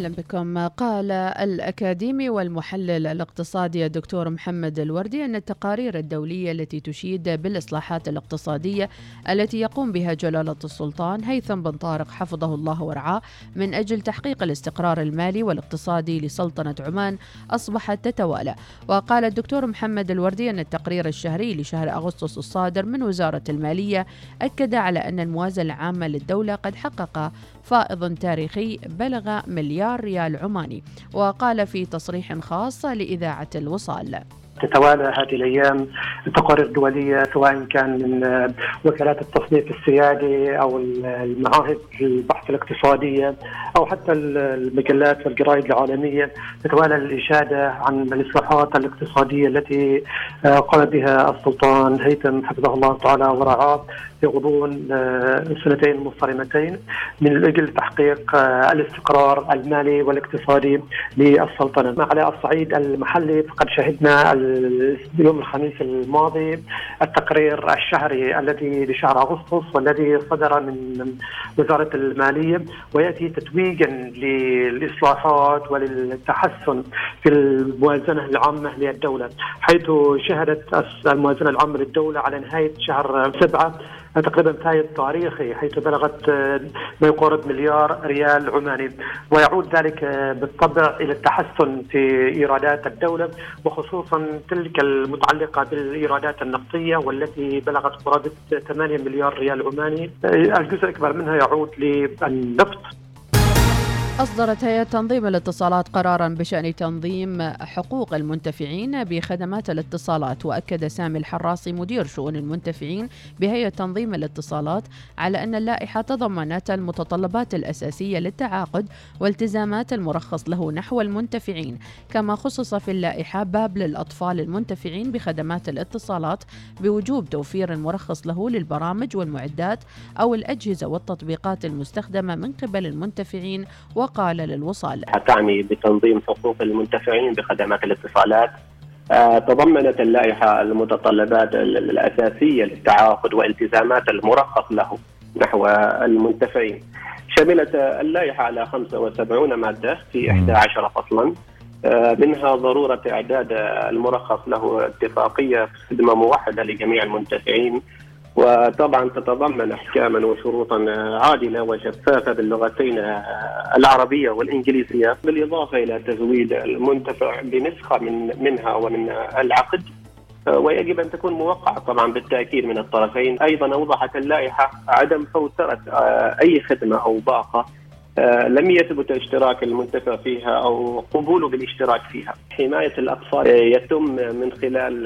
بكم. قال الأكاديمي والمحلل الاقتصادي الدكتور محمد الوردي أن التقارير الدولية التي تشيد بالإصلاحات الاقتصادية التي يقوم بها جلالة السلطان هيثم بن طارق حفظه الله ورعاه من أجل تحقيق الاستقرار المالي والاقتصادي لسلطنة عمان أصبحت تتوالى. وقال الدكتور محمد الوردي أن التقرير الشهري لشهر أغسطس الصادر من وزارة المالية أكد على أن الموازنة العامة للدولة قد حقق فائض تاريخي بلغ مليار ريال عماني. وقال في تصريح خاص لإذاعة الوصال: تتوالى هذه الأيام تقارير دولية سواء كان من وكالات التصنيف السيادي أو المعاهد البحث الاقتصادية أو حتى المجلات والجرائد العالمية، تتوالى الإشادة عن الإصلاحات الاقتصادية التي قام بها السلطان هيثم حفظه الله تعالى ورعاه في غضون سنتين مصطرمتين من أجل تحقيق الاستقرار المالي والاقتصادي للسلطنة. على الصعيد المحلي فقد شهدنا اليوم الخميس الماضي التقرير الشهري الذي لشهر أغسطس والذي صدر من وزارة المالية، ويأتي تتويجا للإصلاحات وللتحسن في الموازنة العامة للدولة، حيث شهدت الموازنة العامة للدولة على نهاية شهر 7 تقريبا فائض تاريخي حيث بلغت ما يقارب مليار ريال عماني، ويعود ذلك بالطبع إلى التحسن في إيرادات الدولة وخصوصا تلك المتعلقة بالإيرادات النفطية والتي بلغت قرابة 8 مليار ريال عماني، الجزء الأكبر منها يعود للنفط. أصدرت هيئة تنظيم الاتصالات قراراً بشأن تنظيم حقوق المنتفعين بخدمات الاتصالات. وأكد سامي الحراسي مدير شؤون المنتفعين بهيئة تنظيم الاتصالات على أن اللائحة تضمنت المتطلبات الأساسية للتعاقد والتزامات المرخص له نحو المنتفعين، كما خصص في اللائحة باب للأطفال المنتفعين بخدمات الاتصالات بوجوب توفير المرخص له للبرامج والمعدات أو الأجهزة والتطبيقات المستخدمة من قبل المنتفعين. وقال للوصال: تعني بتنظيم حقوق المنتفعين بخدمات الاتصالات. تضمنت اللائحة المتطلبات الأساسية للتعاقد والتزامات المرخص له نحو المنتفعين. شملت اللائحة على 75 مادة في 11 فصلا، منها ضرورة إعداد المرخص له اتفاقية خدمة موحدة لجميع المنتفعين، وطبعا تتضمن أحكاما وشروطا عادلة وشفافة باللغتين العربية والإنجليزية، بالإضافة إلى تزويد المنتفع بنسخة منها ومن العقد، ويجب أن تكون موقعة طبعا بالتأكيد من الطرفين. أيضا أوضحت اللائحة عدم فوترة أي خدمة أو باقة لم يثبت اشتراك المنتفع فيها أو قبوله بالاشتراك فيها. حماية الأطفال يتم من خلال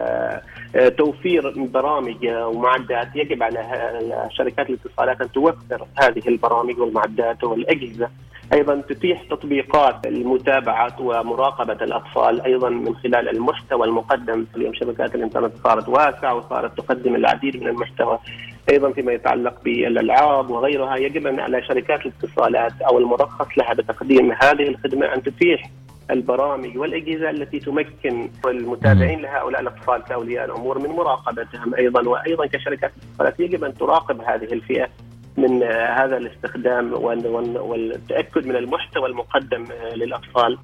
توفير برامج ومعدات. يجب على شركات الاتصالات أن توفر هذه البرامج والمعدات والأجهزة. أيضا تتيح تطبيقات المتابعة ومراقبة الأطفال أيضا من خلال المحتوى المقدم. اليوم شبكات الإنترنت صارت واسعة وصارت تقدم العديد من المحتوى، أيضا فيما يتعلق بالألعاب وغيرها. يجب أن على شركات الاتصالات أو المرخص لها بتقديم هذه الخدمة أن تتيح البرامج والأجهزة التي تمكن المتابعين لهؤلاء الأطفال كأولياء الأمور من مراقبتهم. وأيضا كشركات الاتصالات يجب أن تراقب هذه الفئة من هذا الاستخدام والتأكد من المحتوى المقدم للأطفال.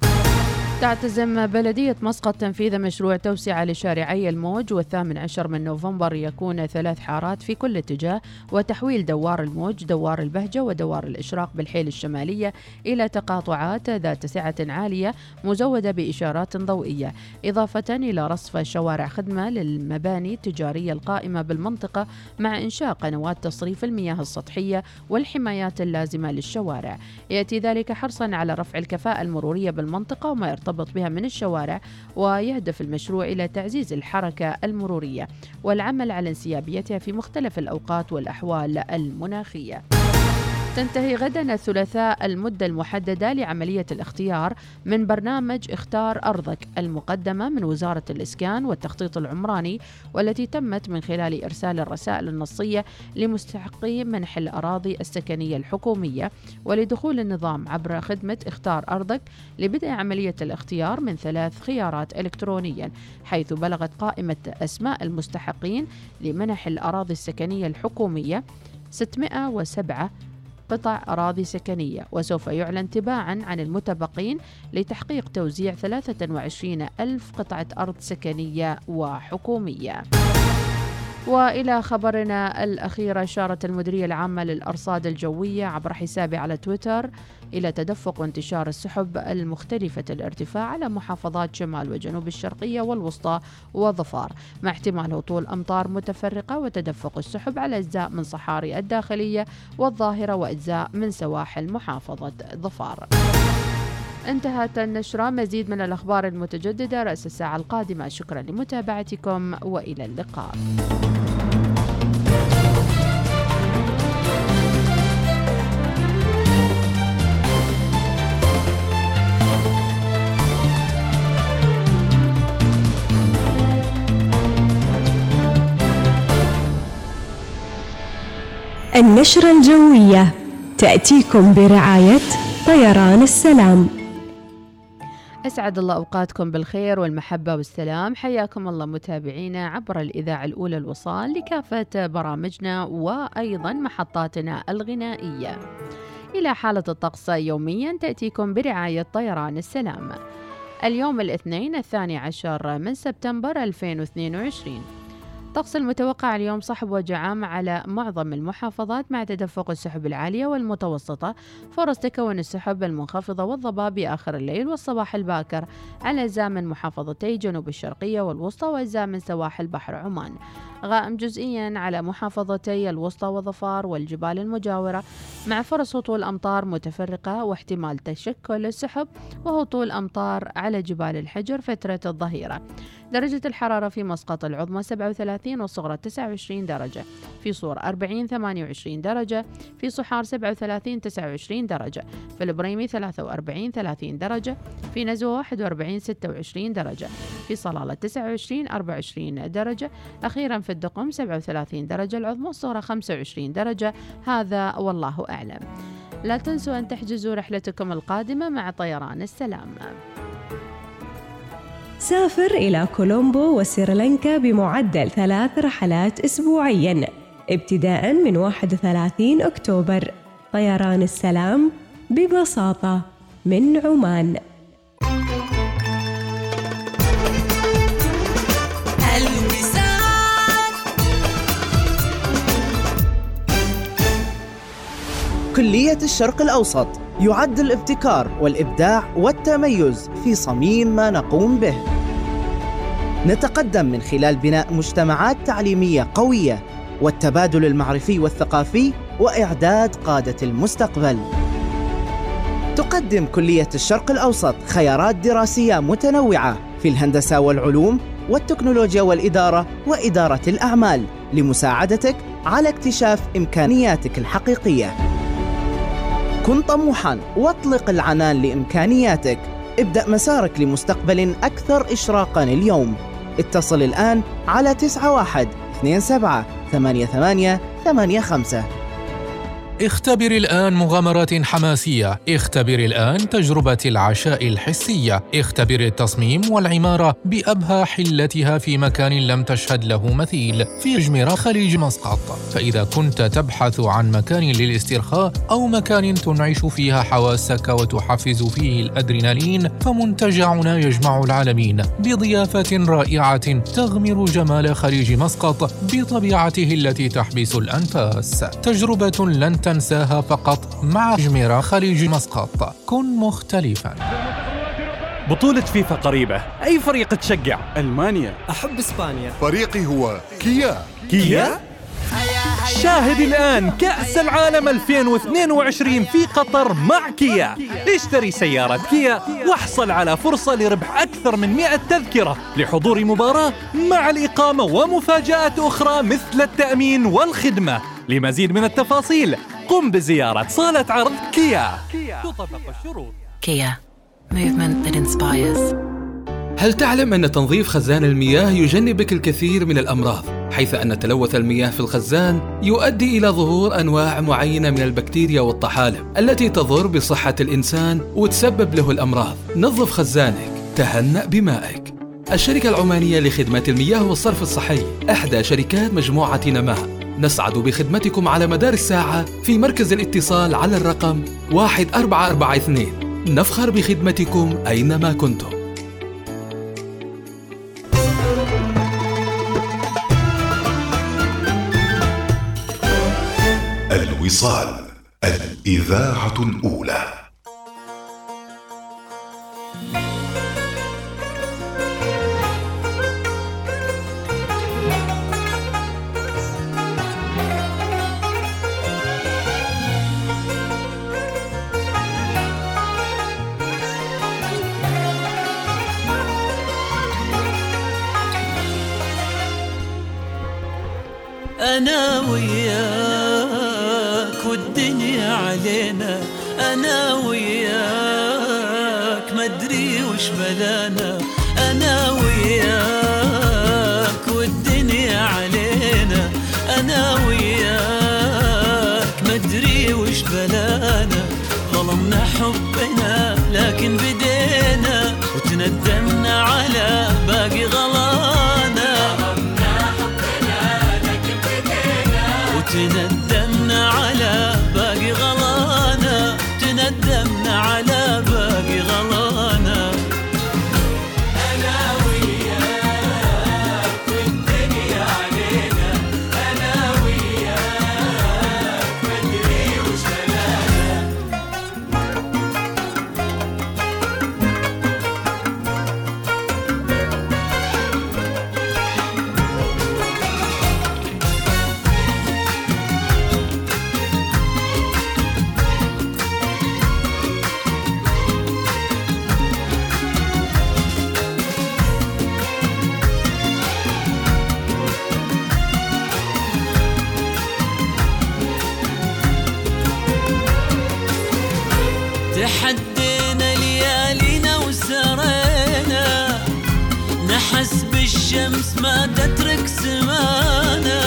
تعتزم بلدية مسقط تنفيذ مشروع توسعة لشارعي الموج، والثامن عشر من نوفمبر يكون 3 حارات في كل اتجاه، وتحويل دوار الموج، دوار البهجة ودوار الإشراق بالحيل الشمالية إلى تقاطعات ذات سعة عالية مزودة بإشارات ضوئية، إضافة إلى رصف شوارع خدمة للمباني التجارية القائمة بالمنطقة، مع إنشاء قنوات تصريف المياه السطحية والحمايات اللازمة للشوارع. يأتي ذلك حرصا على رفع الكفاءة المرورية بالمنطقة وما يرتبط بها من الشوارع، ويهدف المشروع إلى تعزيز الحركة المرورية والعمل على انسيابيتها في مختلف الأوقات والأحوال المناخية. تنتهي غدا الثلاثاء المدة المحددة لعملية الاختيار من برنامج اختار أرضك المقدمة من وزارة الإسكان والتخطيط العمراني، والتي تمت من خلال إرسال الرسائل النصية لمستحقي منح الأراضي السكنية الحكومية، ولدخول النظام عبر خدمة اختار أرضك لبدء عملية الاختيار من 3 خيارات إلكترونيا، حيث بلغت قائمة أسماء المستحقين لمنح الأراضي السكنية الحكومية 607 قطع أراضي سكنية، وسوف يعلن تباعا عن المتبقين لتحقيق توزيع 23,000 قطعة أرض سكنية وحكومية. وإلى خبرنا الأخير، أشارت المديرية العامة للأرصاد الجوية عبر حسابه على تويتر إلى تدفق وانتشار السحب المختلفة الارتفاع على محافظات شمال وجنوب الشرقية والوسطى وظفار، مع احتمال هطول أمطار متفرقة وتدفق السحب على أجزاء من صحاري الداخلية والظاهرة وأجزاء من سواحل محافظة ظفار. انتهت النشرة. مزيد من الأخبار المتجددة رأس الساعة القادمة. شكرا لمتابعتكم وإلى اللقاء. النشرة الجوية تأتيكم برعاية طيران السلام. أسعد الله أوقاتكم بالخير والمحبة والسلام. حياكم الله متابعينا عبر الإذاعة الأولى الوصال لكافة برامجنا وأيضا محطاتنا الغنائية. إلى حالة الطقس يوميا تأتيكم برعاية طيران السلام. اليوم الاثنين 12 من سبتمبر 2022. الطقس المتوقع اليوم صحب وجعام على معظم المحافظات مع تدفق السحب العالية والمتوسطة، فرص تكون السحب المنخفضة والضباب بآخر الليل والصباح الباكر على أجزاء من محافظتي جنوب الشرقية والوسطى وأجزاء من سواحل بحر عمان، غائم جزئيا على محافظتي الوسطى وظفار والجبال المجاورة مع فرص هطول أمطار متفرقة واحتمال تشكل السحب وهطول أمطار على جبال الحجر فترة الظهيرة. درجة الحرارة في مسقط العظمى 37 والصغرى 29 درجة، في صور 40 28 درجة، في صحار 37 29 درجة، في البريمي 43 30 درجة، في نزوة 41 26 درجة، في صلالة 29 24 درجة، أخيرا في الدقم 37 درجة العظمى والصغرى 25 درجة. هذا والله أعلم. لا تنسوا أن تحجزوا رحلتكم القادمة مع طيران السلام. سافر إلى كولومبو وسريلانكا بمعدل 3 رحلات أسبوعياً ابتداءً من 31 أكتوبر. طيران السلام ببساطة من عمان. كلية الشرق الأوسط يعد الابتكار والإبداع والتميز في صميم ما نقوم به. نتقدم من خلال بناء مجتمعات تعليمية قوية والتبادل المعرفي والثقافي وإعداد قادة المستقبل. تقدم كلية الشرق الأوسط خيارات دراسية متنوعة في الهندسة والعلوم والتكنولوجيا والإدارة وإدارة الأعمال لمساعدتك على اكتشاف إمكانياتك الحقيقية. كن طموحاً واطلق العنان لإمكانياتك. ابدأ مسارك لمستقبل أكثر إشراقاً اليوم. اتصل الآن على 9127888885. اختبر الآن مغامرات حماسية، اختبر الآن تجربة العشاء الحسية، اختبر التصميم والعمارة بأبهى حلتها في مكان لم تشهد له مثيل في جميرة خليج مسقط. فإذا كنت تبحث عن مكان للاسترخاء أو مكان تنعش فيها حواسك وتحفز فيه الأدرينالين، فمنتجعنا يجمع العالمين بضيافة رائعة تغمر جمال خليج مسقط بطبيعته التي تحبس الأنفاس. تجربة لن تنساها فقط مع جميرة خليج مسقط. كن مختلفاً. بطولة فيفا قريبة. أي فريق تشجع؟ ألمانيا. أحب إسبانيا. فريقي هو كيا. كيا؟ شاهد الآن كأس العالم 2022 في قطر مع كيا. اشتري سيارة كيا واحصل على فرصة لربح أكثر من 100 تذكرة لحضور مباراة مع الإقامة ومفاجآت أخرى مثل التأمين والخدمة. لمزيد من التفاصيل قم بزيارة صالة عرض كيا. تطبق الشروط. كيا. Movement that inspires. هل تعلم أن تنظيف خزان المياه يجنبك الكثير من الأمراض، حيث أن تلوث المياه في الخزان يؤدي إلى ظهور أنواع معينة من البكتيريا والطحالب التي تضر بصحة الإنسان وتسبب له الأمراض؟ نظف خزانك، تهنأ بمائك. الشركة العمانية لخدمات المياه والصرف الصحي، إحدى شركات مجموعة نماء. نسعد بخدمتكم على مدار الساعة في مركز الاتصال على الرقم 1442. نفخر بخدمتكم أينما كنتم. الوصال، الإذاعة الأولى. أنا وياك والدنيا علينا، أنا وياك مدري وش بلانا، أنا وياك والدنيا علينا، أنا وياك مدري وش بلانا. ظلمنا حبنا لكن بدينا، وتندمنا على باقي غلانا. تندمنا على باقي غلانا، تندمنا على باقي غلانا. أنا وياك والدنيا علينا، أنا وياك مدري وش بلانا. تحدينا ليالينا وسرينا، نحس بالشمس ما تترك سمانا.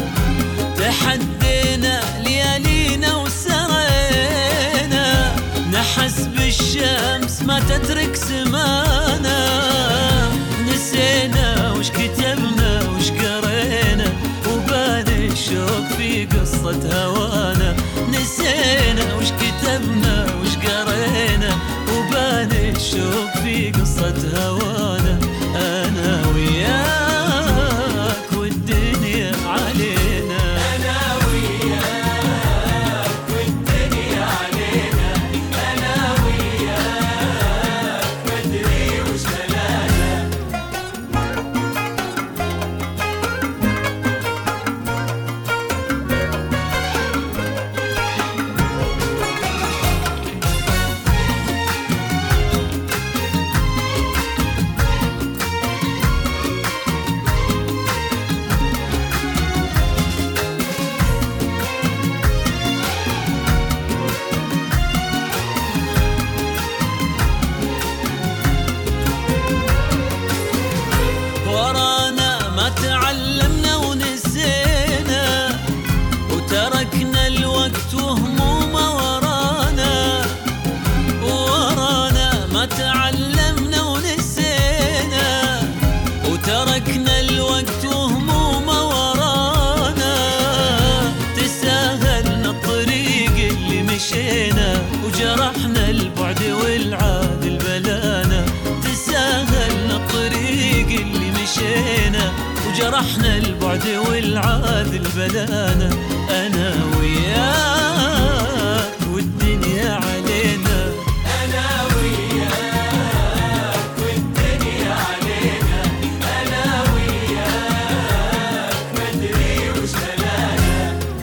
تحدينا ليالينا وسرينا، نحس بالشمس ما تترك سمانا. نسينا وش كتبنا وش قرينا، وبان الشوق في قصة هوانا. نسينا وش كتبنا وش قرينا، وبان الشوق في قصة هوانا. أنا وياك والدنيا علينا، أنا وياك والدنيا علينا، أنا وياك مدري وش بلانا. ورانا ما تعلمنا ونسينا، وتركنا الوقت وهمومه ورانا. ورانا ما تعلمنا ونسينا، وتركنا الوقت وهمومه ورانا. تساهلنا الطريق اللي مشينا، وجرحنا البعد والعاد البلانا. تساهلنا الطريق اللي مشينا، وجرحنا البعد والعاد البلانا. أنا وياك والدنيا علينا، أنا وياك والدنيا علينا، أنا وياك مدري وش بلانا.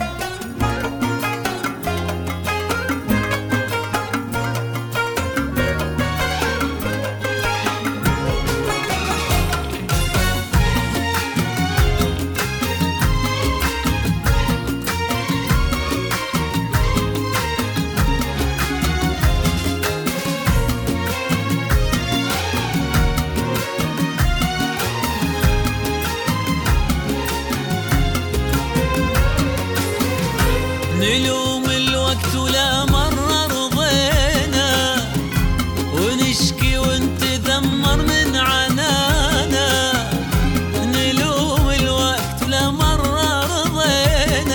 نلوم الوقت ولا مرة رضينا، ونشكي ونتذمر من عنانا. نلوم الوقت ولا مرة رضينا،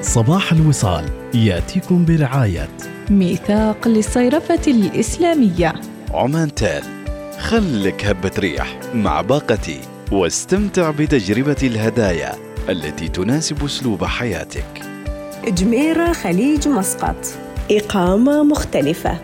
صباح الوصال ياتيكم برعاية ميثاق للصيرفة الإسلامية، عمان تال، خلك هبة ريح مع باقتي، واستمتع بتجربة الهدايا التي تناسب أسلوب حياتك. جميرة خليج مسقط، إقامة مختلفة.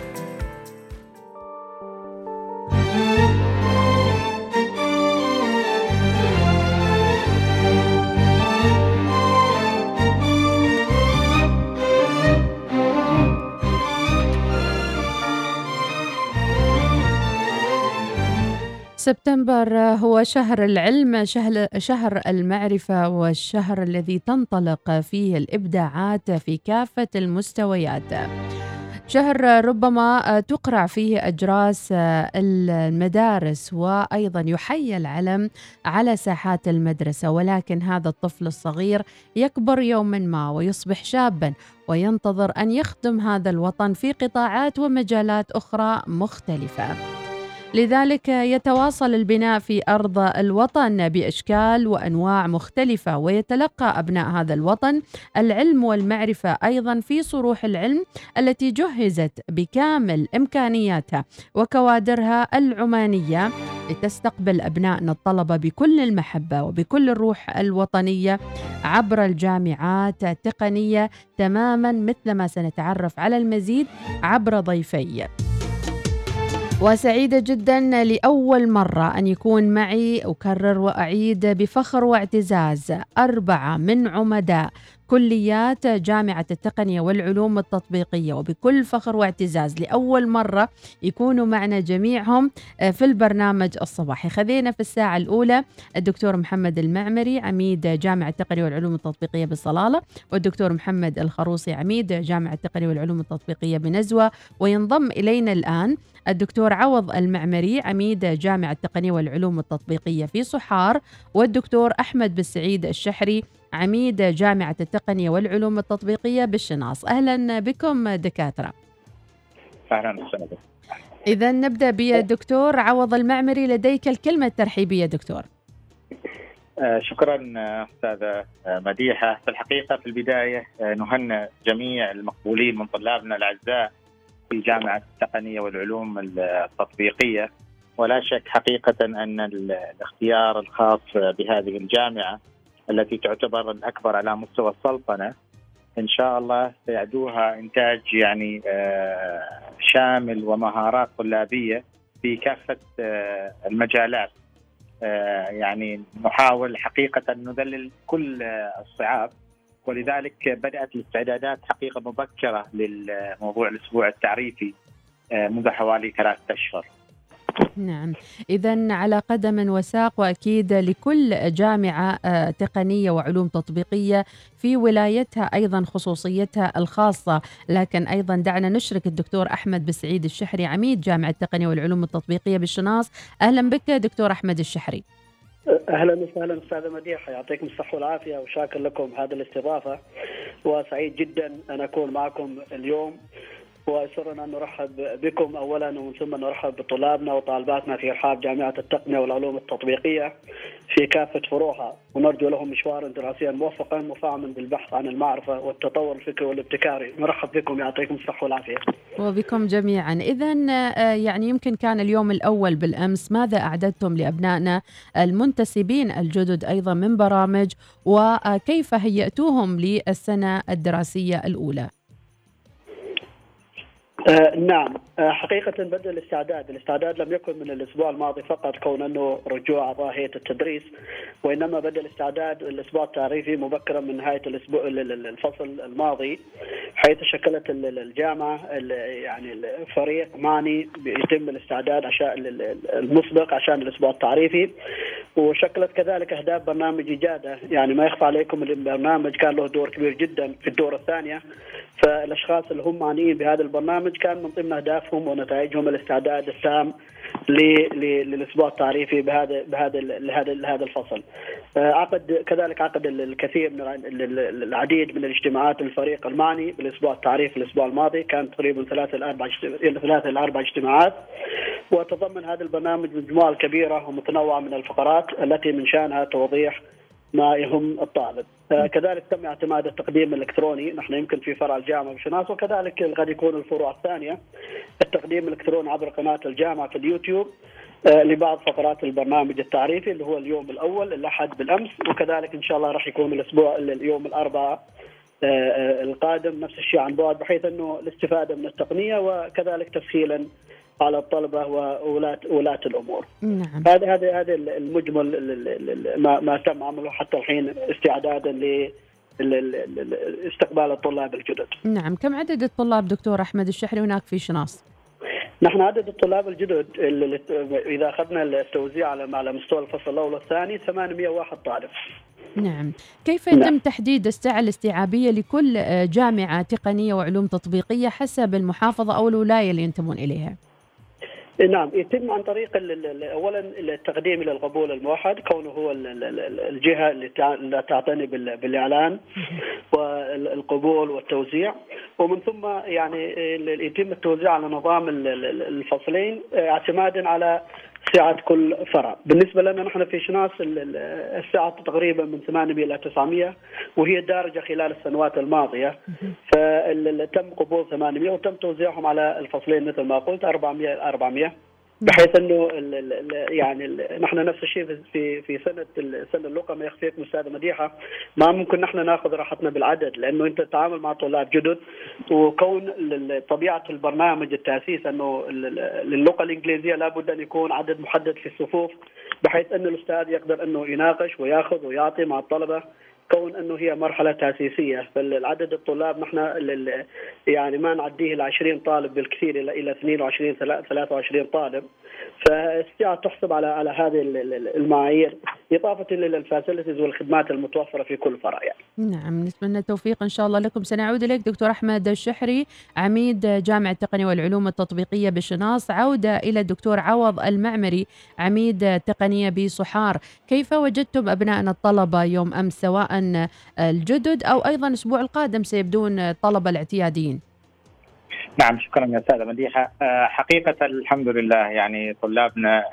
سبتمبر هو شهر العلم، شهر المعرفة، والشهر الذي تنطلق فيه الإبداعات في كافة المستويات. شهر ربما تقرع فيه أجراس المدارس، وأيضا يحيي العلم على ساحات المدرسة، ولكن هذا الطفل الصغير يكبر يوما ما ويصبح شابا وينتظر أن يخدم هذا الوطن في قطاعات ومجالات أخرى مختلفة. لذلك يتواصل البناء في أرض الوطن بأشكال وأنواع مختلفة، ويتلقى أبناء هذا الوطن العلم والمعرفة أيضا في صروح العلم التي جهزت بكامل إمكانياتها وكوادرها العمانية لتستقبل أبنائنا الطلبة بكل المحبة وبكل الروح الوطنية عبر الجامعات التقنية تماما، مثلما سنتعرف على المزيد عبر ضيفي. وسعيدة جدا لأول مرة أن يكون معي، أكرر وأعيد بفخر واعتزاز، 4 من عمداء كليات جامعة التقنية والعلوم التطبيقية، وبكل فخر واعتزاز لأول مرة يكونوا معنا جميعهم في البرنامج الصباحي. خذينا في الساعة الأولى الدكتور محمد المعمري عميد جامعة التقنية والعلوم التطبيقية بالصلالة، والدكتور محمد الخروصي عميد جامعة التقنية والعلوم التطبيقية بنزوة، وينضم إلينا الآن الدكتور عوض المعمري عميد جامعة التقنية والعلوم التطبيقية في صحار، والدكتور أحمد بالسعيد الشحري عميد جامعة التقنية والعلوم التطبيقية بالشناص. أهلا بكم دكاترة. أهلا وسهلا. إذا نبدأ بالدكتور عوض المعمري، لديك الكلمة الترحيبية دكتور. شكرا أستاذة مديحة. في الحقيقة في البداية نهنئ جميع المقبولين من طلابنا الأعزاء في جامعة التقنية والعلوم التطبيقية، ولا شك حقيقة أن الاختيار الخاص بهذه الجامعة التي تعتبر الأكبر على مستوى السلطنة إن شاء الله سيعدوها إنتاج يعني شامل ومهارات طلابية في كافة المجالات. يعني نحاول حقيقة أن نذلل كل الصعاب، ولذلك بدأت الاستعدادات حقيقة مبكرة للموضوع الأسبوع التعريفي منذ حوالي 3 أشهر. نعم، إذن على قدم وساق، وأكيد لكل جامعة تقنية وعلوم تطبيقية في ولايتها أيضا خصوصيتها الخاصة. لكن أيضا دعنا نشرك الدكتور أحمد بالسعيد الشحري عميد جامعة التقنية والعلوم التطبيقية بالشناص. أهلا بك دكتور أحمد الشحري. أهلا وسهلا أستاذة مديحة، يعطيكم الصحة والعافية، وشاكر لكم هذه الاستضافة، وسعيد جدا أن أكون معكم اليوم، ويسرنا أن نرحب بكم أولا، ومن ثم نرحب بطلابنا وطالباتنا في رحاب جامعة التقنية والعلوم التطبيقية في كافة فروعها، ونرجو لهم مشوارا دراسيا موفقا مفعما بالبحث عن المعرفة والتطور الفكري والابتكاري. نرحب بكم، يعطيكم الصحة والعافية. وبكم جميعا. إذن يعني يمكن كان اليوم الأول بالأمس، ماذا أعددتم لأبنائنا المنتسبين الجدد أيضا من برامج، وكيف هيأتوهم للسنة الدراسية الأولى؟ نعم، حقيقة بدأ الاستعداد لم يكن من الأسبوع الماضي فقط كون أنه رجوع أعضاء هيئة التدريس، وإنما بدأ الاستعداد الأسبوع التعريفي مبكرا من نهاية الفصل الماضي، حيث شكلت الجامعة يعني فريق معني يتم الاستعداد المسبق عشان الأسبوع التعريفي، وشكلت كذلك أهداف برنامج إجادة. يعني ما يخفى عليكم البرنامج كان له دور كبير جدا في الدورة الثانية، فالأشخاص اللي هم معنيين بهذا البرنامج كان من ضمن أهدافهم ونتائجهم الاستعداد التام للأسبوع التعريفي لهذا الفصل. عقد الكثير من العديد من الاجتماعات للفريق المعني بالأسبوع التعريفي الأسبوع الماضي، كان تقريبا 3 إلى 4 اجتماعات، وتضمن هذا البرنامج مجموعة كبيرة ومتنوعة من الفقرات التي من شأنها توضيح ما يهم الطالب. كذلك تم اعتماد التقديم الإلكتروني، نحن يمكن في فرع الجامعة بشناص، وكذلك قد يكون الفروع الثانية التقديم الإلكتروني عبر قناة الجامعة في اليوتيوب لبعض فقرات البرنامج التعريفي اللي هو اليوم الأول الأحد بالأمس، وكذلك إن شاء الله راح يكون الأسبوع اليوم الأربعاء القادم نفس الشيء عن بعد، بحيث أنه الاستفادة من التقنية وكذلك تسهيلا على الطلبة وولاة الأمور. نعم. هذا المجمل ما تم عمله حتى الحين استعدادا لاستقبال الطلاب الجدد. نعم. كم عدد الطلاب دكتور أحمد الشحري هناك في شناص؟ نحن عدد الطلاب الجدد إذا أخذنا التوزيع على مستوى الفصل الأول والثاني 801 طالب. نعم. كيف يتم تحديد السعة الاستيعابية لكل جامعة تقنية وعلوم تطبيقية حسب المحافظة أو الولاية اللي ينتمون إليها؟ نعم، يتم عن طريق أولا التقديم إلى القبول الموحد، كونه هو الجهة اللي تعتني بالإعلان والقبول والتوزيع، ومن ثم يعني يتم التوزيع على نظام الفصلين اعتمادا على سعة كل فرع. بالنسبة لنا نحن في شناص السعة تقريبا من 800 إلى 900، وهي دارجة خلال السنوات الماضية، فتم قبول 800 وتم توزيعهم على الفصلين مثل ما قلت 400 بحيث انه يعني نحن نفس الشيء في السنه الاولى ما يخفيك استاذه مديحه، ما ممكن نحن ناخذ راحتنا بالعدد، لانه انت تتعامل مع طلاب جدد، وكون طبيعه البرنامج التاسيس انه للغه الانجليزيه لابد ان يكون عدد محدد في الصفوف، بحيث انه الاستاذ يقدر انه يناقش وياخذ ويعطي مع الطلبه، كون انه هي مرحله تاسيسيه. فالعدد الطلاب نحن يعني ما نعديه ل 20 طالب بالكثير الى 22 23 طالب، فالسعه تحسب على هذه المعايير، اضافه للفاسيلتيز والخدمات المتوفره في كل فرع يعني. نعم، نتمنى التوفيق ان شاء الله لكم. سنعود اليك دكتور احمد الشحري، عميد جامعه التقنيه والعلوم التطبيقيه بشناص. عوده الى الدكتور عوض المعمري، عميد تقنيه بصحار. كيف وجدتم ابنائنا الطلبه يوم امس، سواء الجدد او ايضا الاسبوع القادم سيبدون الطلبه الاعتياديين؟ نعم، شكرا يا استاذه مديحه. حقيقه الحمد لله يعني طلابنا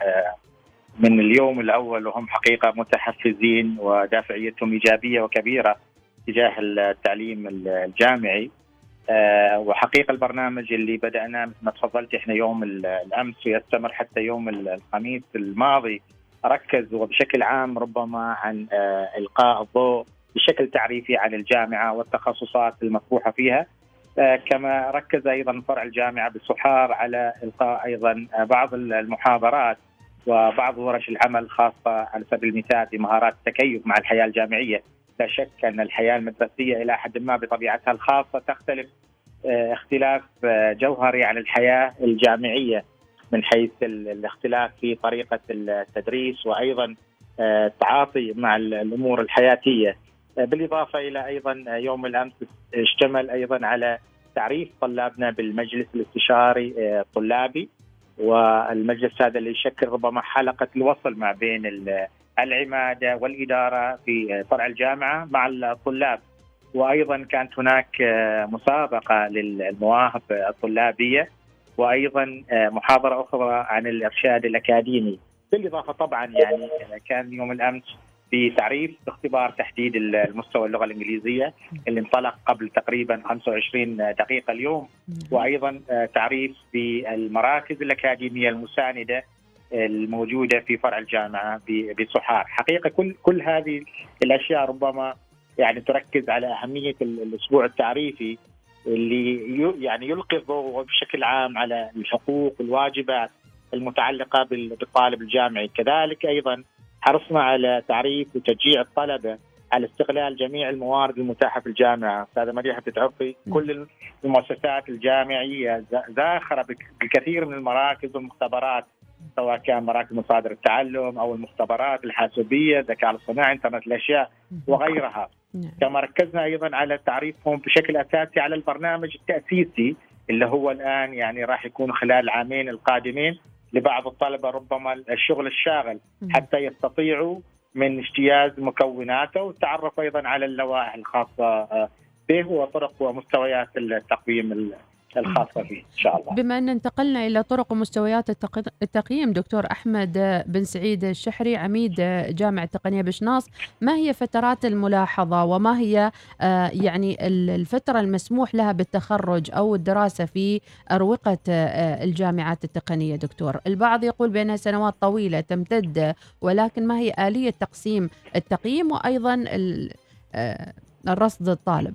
من اليوم الاول وهم حقيقه متحفزين ودافعيتهم ايجابيه وكبيره تجاه التعليم الجامعي. وحقيقه البرنامج اللي بدأناه مثل ما تفضلت احنا يوم الامس ويستمر حتى يوم الخميس الماضي، ركز وبشكل عام ربما عن إلقاء الضوء بشكل تعريفي عن الجامعة والتخصصات المطروحة فيها، كما ركز أيضا فرع الجامعة بصحار على إلقاء أيضا بعض المحاضرات وبعض ورش العمل الخاصة على سبيل المثال بمهارات التكيف مع الحياة الجامعية. لا شك أن الحياة المدرسية إلى حد ما بطبيعتها الخاصة تختلف اختلاف جوهري عن الحياة الجامعية، من حيث الاختلاف في طريقة التدريس وأيضا التعاطي مع الأمور الحياتية. بالإضافة إلى أيضا يوم الأمس اشتمل أيضا على تعريف طلابنا بالمجلس الاستشاري الطلابي، والمجلس هذا اللي يشكل ربما حلقة الوصل ما بين العمادة والإدارة في فرع الجامعة مع الطلاب. وأيضا كانت هناك مسابقة للمواهب الطلابية، وأيضا محاضرة أخرى عن الإرشاد الأكاديمي. بالإضافة طبعا يعني كان يوم الأمس بتعريف باختبار تحديد المستوى اللغة الإنجليزية اللي انطلق قبل تقريبا 25 دقيقة اليوم، وأيضا تعريف بالمراكز الأكاديمية المساندة الموجودة في فرع الجامعة بصحار. حقيقة كل هذه الأشياء ربما يعني تركز على أهمية الأسبوع التعريفي اللي يعني يلقي الضوء بشكل عام على الحقوق والواجبات المتعلقة بالطالب الجامعي. كذلك أيضا حرصنا على تعريف وتشجيع الطلبة على استغلال جميع الموارد المتاحة في الجامعة. أستاذة مديحة بتعرفي كل المؤسسات الجامعية زاخرة بالكثير من المراكز والمختبرات، سواء كان مراكز مصادر التعلم أو المختبرات الحاسوبية، الذكاء الاصطناعي، انترنت الأشياء وغيرها. كما ركزنا أيضا على تعريفهم بشكل أساسي على البرنامج التأسيسي اللي هو الآن يعني راح يكون خلال العامين القادمين لبعض الطلبة ربما الشغل الشاغل، حتى يستطيعوا من اجتياز مكوناته والتعرف أيضا على اللوائح الخاصة به وطرق ومستويات التقويم الخاصة فيه إن شاء الله. بما أن انتقلنا إلى طرق ومستويات التقييم، دكتور أحمد بن سعيد الشحري عميد جامعة التقنية بشناص، ما هي فترات الملاحظة وما هي يعني الفترة المسموح لها بالتخرج أو الدراسة في أروقة الجامعات التقنية دكتور؟ البعض يقول بأنها سنوات طويلة تمتد، ولكن ما هي آلية تقسيم التقييم وأيضا الرصد الطالب؟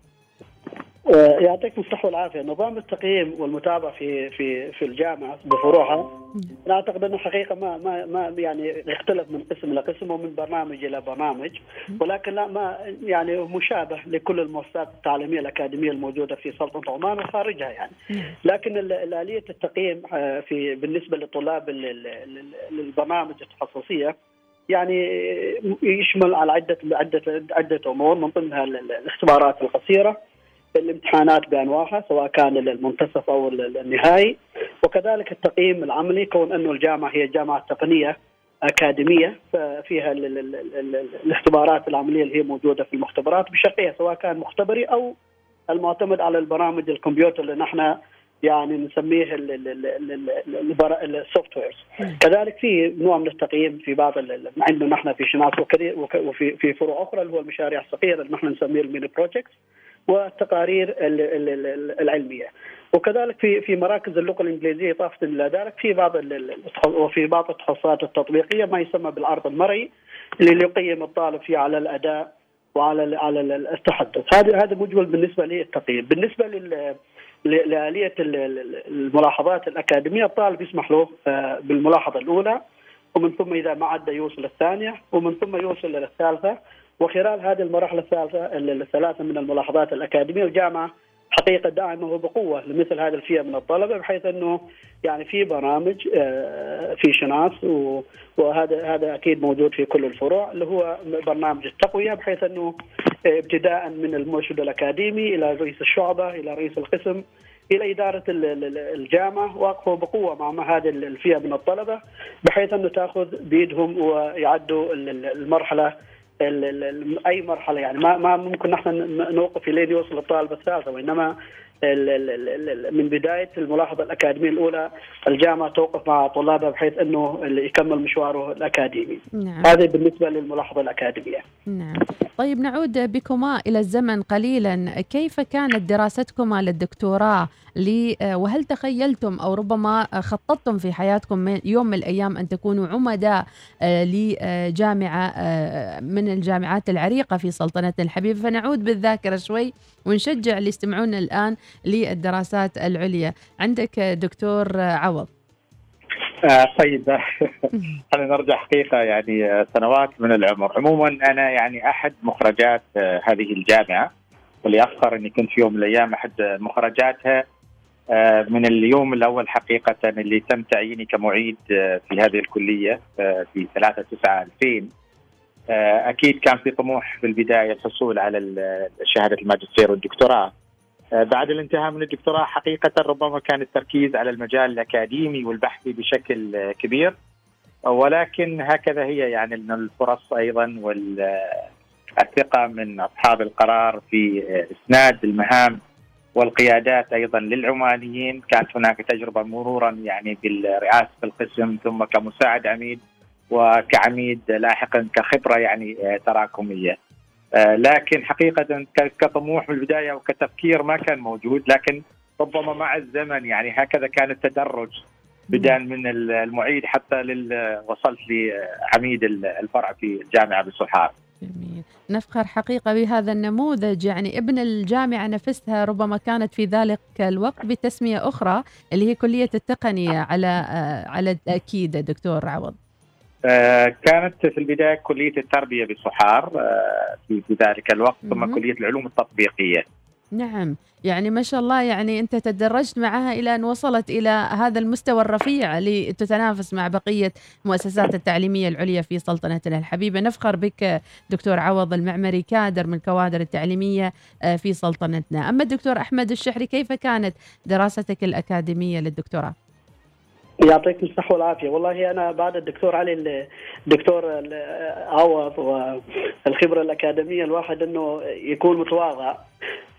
يعطيكم الصحة والعافية. نظام التقييم والمتابعة في الجامعة بفروعها، أنا أعتقد أنه حقيقة ما يعني يختلف من قسم إلى قسم ومن برنامج إلى برنامج، ولكن لا ما يعني مشابه لكل المؤسسات التعليمية الأكاديمية الموجودة في سلطنة عمان وخارجها يعني. لكن آلية التقييم بالنسبة لطلاب البرنامج التخصصية يعني يشمل على عدة أمور، من ضمنها الاختبارات القصيرة، الامتحانات بأنواعها سواء كان المنتصف أو النهائي، وكذلك التقييم العملي، كون أنه الجامعة هي جامعة تقنية أكاديمية ففيها الاختبارات العملية اللي هي موجودة في المختبرات بشقية، سواء كان مختبري أو المعتمد على البرامج الكمبيوتر اللي نحن يعني نسميه السوفت ويرز. كذلك في نوع من التقييم في بعض عندنا نحن في شناص وفي فروع أخرى اللي هو المشاريع الصغيرة اللي نحن نسميه الميني بروجكتس والتقارير العلمية. وكذلك في مراكز اللغة الإنجليزية إضافة إلى ذلك في بعض التخصصات التطبيقية ما يسمى بالعرض المرئي اللي يقيم الطالب فيه على الأداء وعلى التحدث. هذا مجمل بالنسبة للتقييم. بالنسبة لآلية الملاحظات الأكاديمية، الطالب يسمح له بالملاحظة الأولى، ومن ثم إذا ما عدى يوصل الثانية، ومن ثم يوصل إلى الثالثة. وخلال هذه المراحل الثلاثة من الملاحظات الأكاديمية، الجامعة حقيقة داعمة وبقوة لمثل هذه الفئة من الطلبة، بحيث أنه يعني في برامج في شناص، وهذا أكيد موجود في كل الفروع، اللي هو برنامج التقوية، بحيث أنه ابتداء من المرشد الأكاديمي إلى رئيس الشعبة إلى رئيس القسم إلى إدارة الجامعة واقفوا بقوة مع هذه الفئة من الطلبة، بحيث أنه تأخذ بيدهم ويعدوا المرحلة أي مرحلة. يعني ما ممكن نحن نوقف إلين يوصل الطالب الثالثة، وإنما من بداية الملاحظة الأكاديمية الأولى الجامعة توقف مع طلابها بحيث أنه يكمل مشواره الأكاديمي. نعم. هذا بالنسبة للملاحظة الأكاديمية. نعم. طيب نعود بكما إلى الزمن قليلا، كيف كانت دراستكما للدكتوراه وهل تخيلتم أو ربما خططتم في حياتكم يوم من الأيام أن تكونوا عمداء لجامعة من الجامعات العريقة في سلطنة الحبيبة؟ فنعود بالذاكرة شوي ونشجع اللي يستمعون الآن للدراسات العليا. عندك دكتور عوض. طيب خلينا نرجع حقيقة يعني سنوات من العمر. عموما أنا يعني أحد مخرجات هذه الجامعة، واللي أفخر أني كنت في يوم من الأيام أحد مخرجاتها من اليوم الأول حقيقة اللي تم تعييني كمعيد في هذه الكلية في 3/9/2000. أكيد كان في طموح في البداية الحصول على شهادة الماجستير والدكتوراه. بعد الانتهاء من الدكتوراه حقيقة ربما كان التركيز على المجال الأكاديمي والبحثي بشكل كبير، ولكن هكذا هي يعني الفرص أيضا والثقة من أصحاب القرار في إسناد المهام والقيادات أيضا للعمانيين. كانت هناك تجربة مرورا يعني بالرئاسة القسم، ثم كمساعد عميد، وكعميد لاحقا كخبرة يعني تراكمية. لكن حقيقة كطموح من البداية وكتفكير ما كان موجود، لكن ربما مع الزمن يعني هكذا كان التدرج، بدءا من المعيد حتى وصلت لعميد الفرع في الجامعة بصحار. جميل. نفخر حقيقة بهذا النموذج. يعني ابن الجامعة نفسها ربما كانت في ذلك الوقت بتسمية أخرى اللي هي كلية التقنية على التأكيد دكتور عوض. كانت في البداية كلية التربية بصحار في ذلك الوقت، ثم كلية العلوم التطبيقية. نعم، يعني ما شاء الله، يعني أنت تدرجت معها إلى أن وصلت إلى هذا المستوى الرفيع لتتنافس مع بقية المؤسسات التعليمية العليا في سلطنتنا الحبيبة. نفخر بك دكتور عوض المعمري، كادر من الكوادر التعليمية في سلطنتنا. أما الدكتور أحمد الشحري، كيف كانت دراستك الأكاديمية للدكتوراه؟ يعطيك الصحة والعافية. والله أنا بعد الدكتور علي الدكتور عوض والخبرة الأكاديمية، الواحد أنه يكون متواضع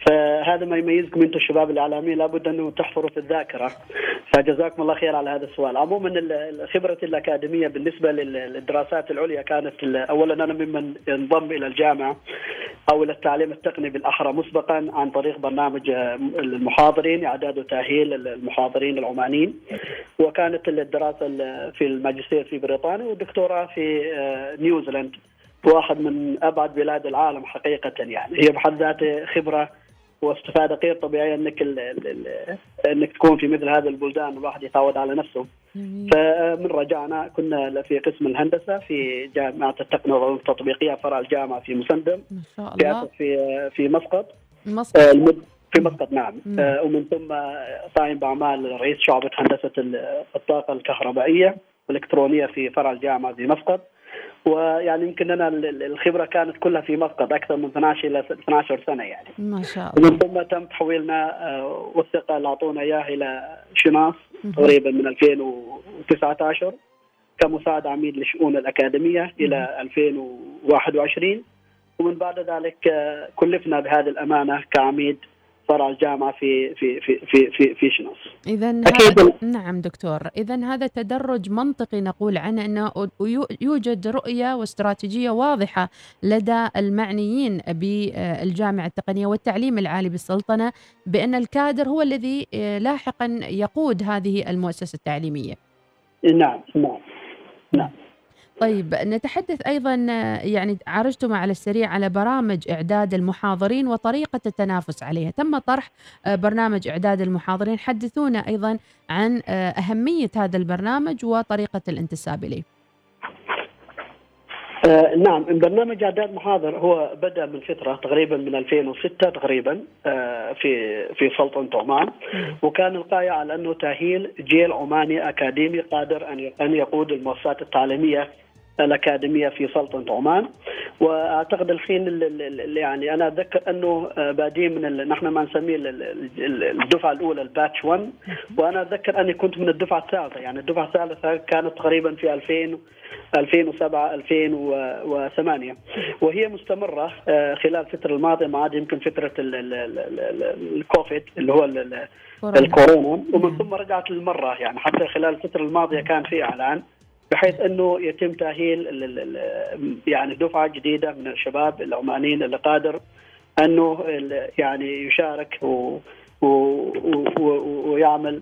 فهذا ما يميزكم انتم الشباب الاعلاميين، لابد انه تحفروا في الذاكره. فجزاكم الله خير على هذا السؤال. عموما خبرتي الاكاديميه بالنسبه للدراسات العليا كانت اولا انا ممن انضم الى الجامعه او الى التعليم التقني بالاحرى مسبقا عن طريق برنامج المحاضرين، اعداد وتاهيل المحاضرين العمانيين، وكانت الدراسه في الماجستير في بريطانيا والدكتوراه في نيوزيلند، واحد من ابعد بلاد العالم حقيقه. يعني هي بحد ذاتها خبره واستفاده غير طبيعيه انك تكون في مثل هذه البلدان، الواحد يتعود على نفسه. فمن رجعنا كنا في قسم الهندسه في جامعه التقنيه والعلوم التطبيقيه فرع الجامعه في مسندم، ما شاء الله، في مسقط. في مسقط نعم. ومن ثم قائم باعمال رئيس شعبه هندسه الطاقه الكهربائيه والالكترونيه في فرع الجامعه في مسقط. ويعني يمكن أنا الخبرة كانت كلها في مسقط أكثر من 12 إلى 12 سنة يعني. ما شاء الله. ومن ثم تم تحويلنا والثقة اللي أعطونا إياه إلى شناص تقريبا من 2019 كمساعد عميد للشؤون الأكاديمية إلى 2021، ومن بعد ذلك كلفنا بهذه الأمانة كعميد فرع الجامعة في شناص. إذن نعم دكتور، إذن هذا تدرج منطقي نقول عنه أنه يوجد رؤية واستراتيجية واضحة لدى المعنيين بالجامعة التقنية والتعليم العالي بالسلطنة بأن الكادر هو الذي لاحقا يقود هذه المؤسسة التعليمية. نعم. طيب نتحدث أيضا، يعني عرجتم على السريع على برامج إعداد المحاضرين وطريقة التنافس عليها. تم طرح برنامج إعداد المحاضرين، حدثونا أيضا عن أهمية هذا البرنامج وطريقة الانتساب إليه. نعم، برنامج إعداد محاضر هو بدأ من فترة تقريبا من 2006 تقريبا في سلطنة عمان، وكان القائم على أنه تأهيل جيل عماني أكاديمي قادر أن يقود المؤسسات التعليمية الأكاديمية في سلطنة عمان. وأعتقد الحين يعني أنا أتذكر أنه بادين من نحن ما نسميه الدفعة الأولى الباتش 1، وأنا أتذكر أني كنت من الدفعة الثالثة. يعني الدفعة الثالثة كانت تقريبا في 2007 2008، وهي مستمرة خلال الفترة الماضية ما عاد يمكن فترة الكوفيد اللي هو الكورونا، ومن ثم رجعت للمرة. يعني حتى خلال الفترة الماضية كان في إعلان بحيث أنه يتم تأهيل يعني دفعة جديدة من الشباب العمانيين اللي قادر أنه يعني يشارك ويعمل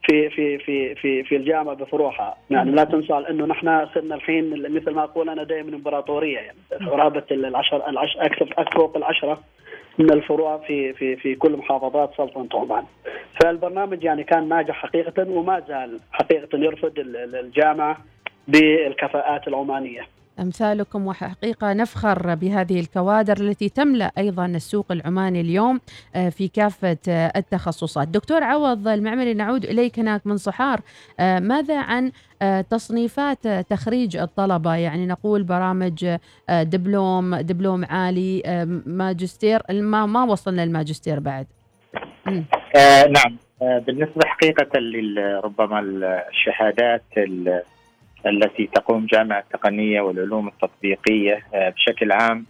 في الجامعة بفروعها. يعني لا تنسى أنه نحن صرنا الحين مثل ما أقول أنا دائما إمبراطورية، يعني قرابة أكثر فوق 10 من الفروع في كل محافظات سلطنة عمان. فالبرنامج يعني كان ناجح حقيقة، وما زال حقيقة يرفض الجامعة بالكفاءات العمانية. أمثالكم، وحقيقة نفخر بهذه الكوادر التي تملأ أيضا السوق العماني اليوم في كافة التخصصات. دكتور عوض المعمري، نعود إليك هناك من صحار. ماذا عن تصنيفات تخريج الطلبة؟ يعني نقول برامج دبلوم عالي، ماجستير، ما وصلنا للماجستير بعد. نعم، بالنسبة حقيقة ربما الشهادات التي تقوم جامعة التقنية والعلوم التطبيقية بشكل عام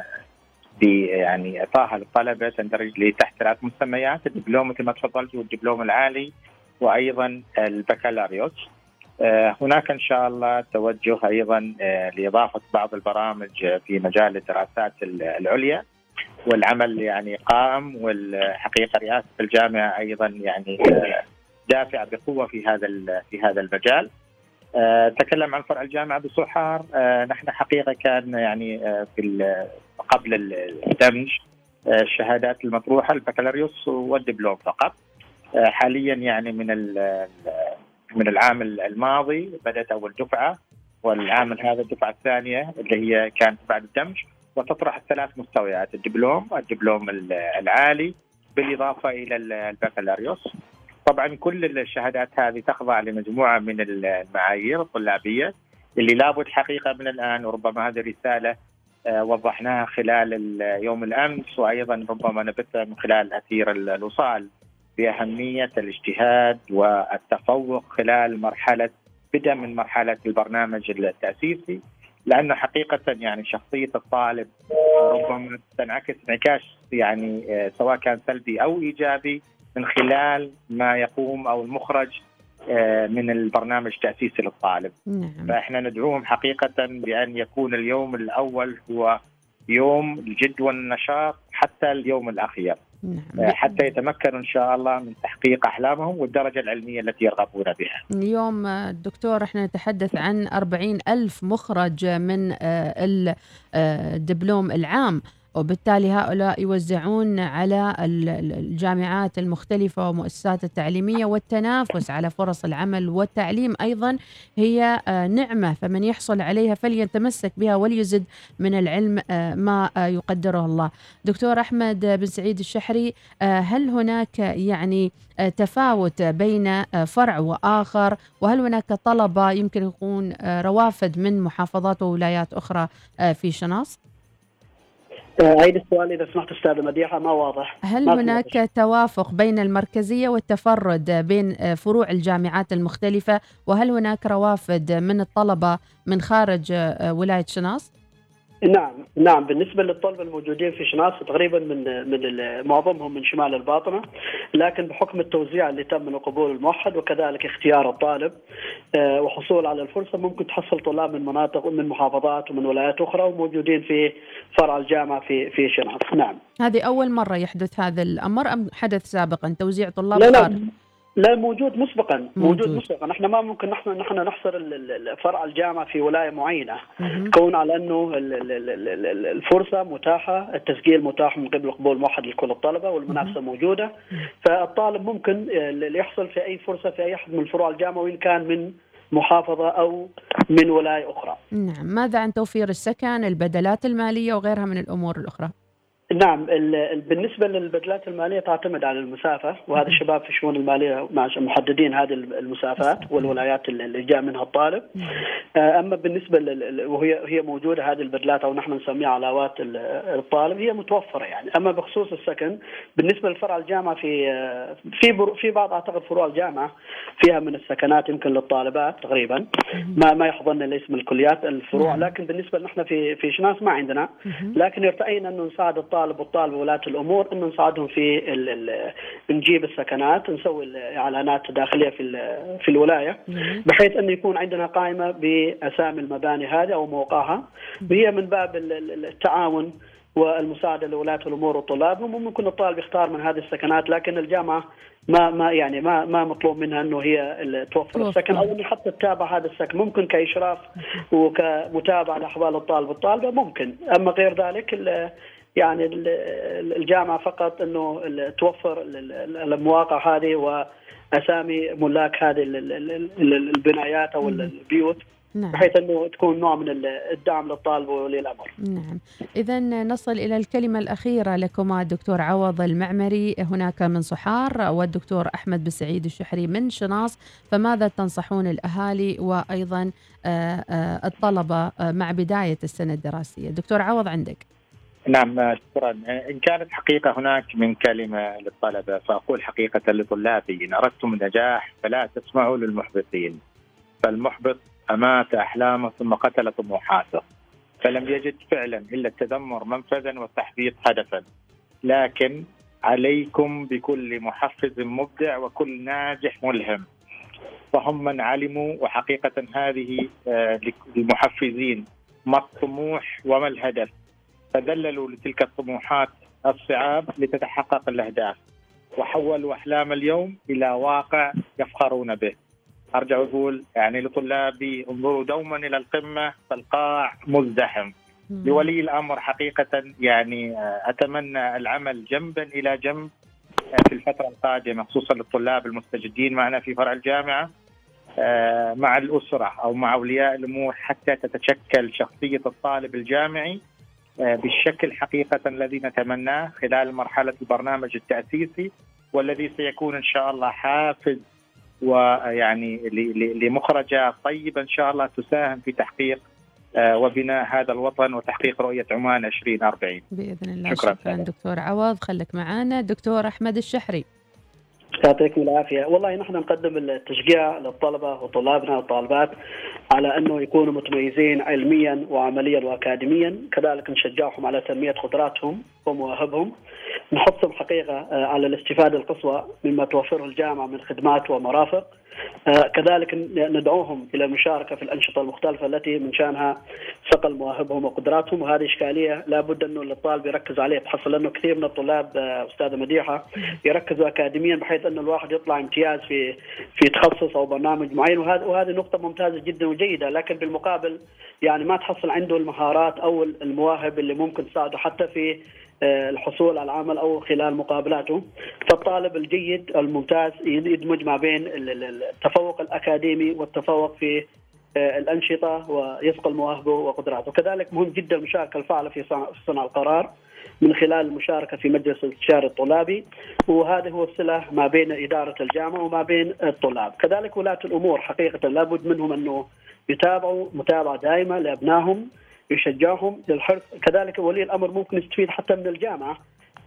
يعني إعطاها للطلبة تندرج لتحت 3 مسميات: الدبلوم مثل ما تفضلت والدبلوم العالي وأيضا البكالوريوس. هناك إن شاء الله توجه أيضا لإضافة بعض البرامج في مجال الدراسات العليا والعمل يعني قائم، والحقيقة رئاسة الجامعة أيضا يعني دافع بقوة في هذا المجال. تكلم عن فرع الجامعة بصحار. نحن حقيقة كان يعني قبل الدمج الشهادات المطروحة البكالوريوس والدبلوم فقط. حاليا يعني من العام الماضي بدأت أول دفعة، والعام هذا الدفعة الثانية اللي هي كانت بعد الدمج، وتطرح 3 مستويات: الدبلوم العالي بالإضافة إلى البكالوريوس. طبعا كل الشهادات هذه تخضع لمجموعة من المعايير الطلابية اللي لابد حقيقة من الآن، وربما هذه الرسالة وضحناها خلال يوم الأمس، وأيضا ربما نبثها من خلال أثير الوصال، بأهمية الاجتهاد والتفوق خلال بدءا من مرحلة البرنامج التأسيسي لأنه حقيقة يعني شخصية الطالب ربما تنعكس انعكاس يعني سواء كان سلبي أو إيجابي من خلال ما يقوم أو المخرج من البرنامج التأسيسي للطالب. فإحنا ندعوهم حقيقة بأن يكون اليوم الأول هو يوم الجد والنشاط حتى اليوم الأخير، حتى يتمكنوا إن شاء الله من تحقيق أحلامهم والدرجة العلمية التي يرغبون بها. اليوم دكتور احنا نتحدث عن 40,000 مخرج من الدبلوم العام، وبالتالي هؤلاء يوزعون على الجامعات المختلفة ومؤسسات التعليمية، والتنافس على فرص العمل والتعليم أيضا هي نعمة، فمن يحصل عليها فليتمسك بها وليزد من العلم ما يقدره الله. دكتور أحمد بن سعيد الشحري، هل هناك يعني تفاوت بين فرع وآخر، وهل هناك طلبة يمكن يكون روافد من محافظات وولايات أخرى في شناص؟ عيد السؤال إذا سمحت أستاذة مديحة، ما واضح. هل هناك توافق بين المركزية والتفرد بين فروع الجامعات المختلفة، وهل هناك روافد من الطلبة من خارج ولاية شناص؟ نعم بالنسبة للطلبة الموجودين في شناص تقريبا من معظمهم من شمال الباطنة، لكن بحكم التوزيع اللي تم من القبول الموحد وكذلك اختيار الطالب وحصول على الفرصة، ممكن تحصل طلاب من مناطق ومن محافظات ومن ولايات أخرى وموجودين في فرع الجامعة في شناص. نعم. هذه أول مرة يحدث هذا الأمر أم حدث سابقا توزيع طلاب خارج؟ لا موجود مسبقا. احنا ما ممكن نحن نحصر فرع الجامعة في ولاية معينة، كون على انه الفرصة متاحة، التسجيل متاح من قبل القبول الموحد لكل الطلبة والمنافسة موجودة، فالطالب ممكن يحصل في اي فرصة في اي احد من فروع الجامعة وان كان من محافظة او من ولاية اخرى. نعم. ماذا عن توفير السكن، البدلات المالية وغيرها من الامور الاخرى؟ نعم، بالنسبة للبدلات المالية تعتمد على المسافة، وهذا الشباب في الشؤون المالية محددين هذه المسافات والولايات اللي جاء منها الطالب. أما بالنسبة وهي موجودة هذه البدلات أو نحن نسميها علاوات الطالب، هي متوفرة يعني. أما بخصوص السكن بالنسبة لفرع الجامعة في بعض أعتقد فروع الجامعة فيها من السكنات يمكن للطالبات تقريبا، ما يحضرنا الاسم الكليات الفروع، لكن بالنسبة نحن في شناص ما عندنا، لكن يرتئينا أنه نساعد الطالب والطالبة وولاة الأمور أنه نساعدهم في نجيب السكنات، نسوي إعلانات داخلية في الولاية بحيث أن يكون عندنا قائمة بأسامي المباني هذه أو موقعها، وهي من باب التعاون والمساعدة لولاة الأمور والطلاب. وممكن الطالب يختار من هذه السكنات، لكن الجامعة ما مطلوب منها أنه هي توفر السكن أو أنه حتى تتابع هذا السكن، ممكن كإشراف وكمتابعة لأحوال الطالب والطالبة ممكن. أما غير ذلك يعني الجامعة فقط أنه توفر المواقع هذه وأسامي ملاك هذه البنايات أو البيوت، بحيث أنه تكون نوع من الدعم للطالب وولي الأمر. نعم. إذن نصل إلى الكلمة الأخيرة لكما الدكتور عوض المعمري هناك من صحار والدكتور أحمد بن سعيد الشحري من شناص، فماذا تنصحون الأهالي وأيضا الطلبة مع بداية السنة الدراسية؟ دكتور عوض عندك. نعم شكرا. إن كانت حقيقة هناك من كلمة للطلبة فأقول حقيقة لطلابي: إن أردتم النجاح فلا تسمعوا للمحبطين، فالمحبط أمات أحلامه ثم قتل طموحاته، فلم يجد فعلا إلا التذمر منفذا والتحبيط هدفا. لكن عليكم بكل محفز مبدع وكل ناجح ملهم، فهم من علموا وحقيقة هذه المحفزين ما الطموح وما الهدف، فذللوا لتلك الطموحات الصعاب لتتحقق الأهداف، وحولوا أحلام اليوم إلى واقع يفخرون به. أرجع أقول يعني لطلابي: انظروا دوما إلى القمة فالقاع مزدحم. لولي الأمر حقيقة يعني أتمنى العمل جنبا إلى جنب في الفترة القادمة، خصوصا للطلاب المستجدين معنا في فرع الجامعة مع الأسرة أو مع أولياء الأمور، حتى تتشكل شخصية الطالب الجامعي بالشكل حقيقة الذي نتمناه خلال مرحلة البرنامج التأسيسي، والذي سيكون إن شاء الله حافز ويعني لمخرجة طيبة إن شاء الله تساهم في تحقيق وبناء هذا الوطن وتحقيق رؤية عمان 2040 بإذن الله. شكرا دكتور عوض. خلك معنا دكتور أحمد الشحري. يعطيكم العافية. والله نحن نقدم التشجيع للطلبة وطلابنا والطالبات على أنه يكونوا متميزين علميا وعمليا وأكاديميا، كذلك نشجعهم على تنمية قدراتهم ومواهبهم، نحثهم حقيقة على الاستفادة القصوى مما توفره الجامعة من خدمات ومرافق، كذلك ندعوهم إلى المشاركة في الأنشطة المختلفة التي من شأنها صقل مواهبهم وقدراتهم. وهذه إشكالية لابد أنه الطالب يركز عليه، بحصل أنه كثير من الطلاب أستاذة مديحة يركزوا أكاديميا بحيث أنه الواحد يطلع امتياز في تخصص أو برنامج معين، وهذه نقطة ممتازة جدا وجيدة، لكن بالمقابل يعني ما تحصل عنده المهارات أو المواهب اللي ممكن تساعده حتى في الحصول على العمل أو خلال مقابلاته. فالطالب الجيد الممتاز يدمج ما بين التفوق الأكاديمي والتفوق في الأنشطة ويصقل مواهبه وقدراته. كذلك مهم جدا المشاركة الفعالة في صنع القرار من خلال المشاركة في مجلس الاستشاري الطلابي، وهذا هو الصلة ما بين إدارة الجامعة وما بين الطلاب. كذلك ولاة الأمور حقيقة لابد منهم أنه يتابعوا متابعة دائمة لأبنائهم، يشجعهم للحرص. كذلك ولي الأمر ممكن يستفيد حتى من الجامعة.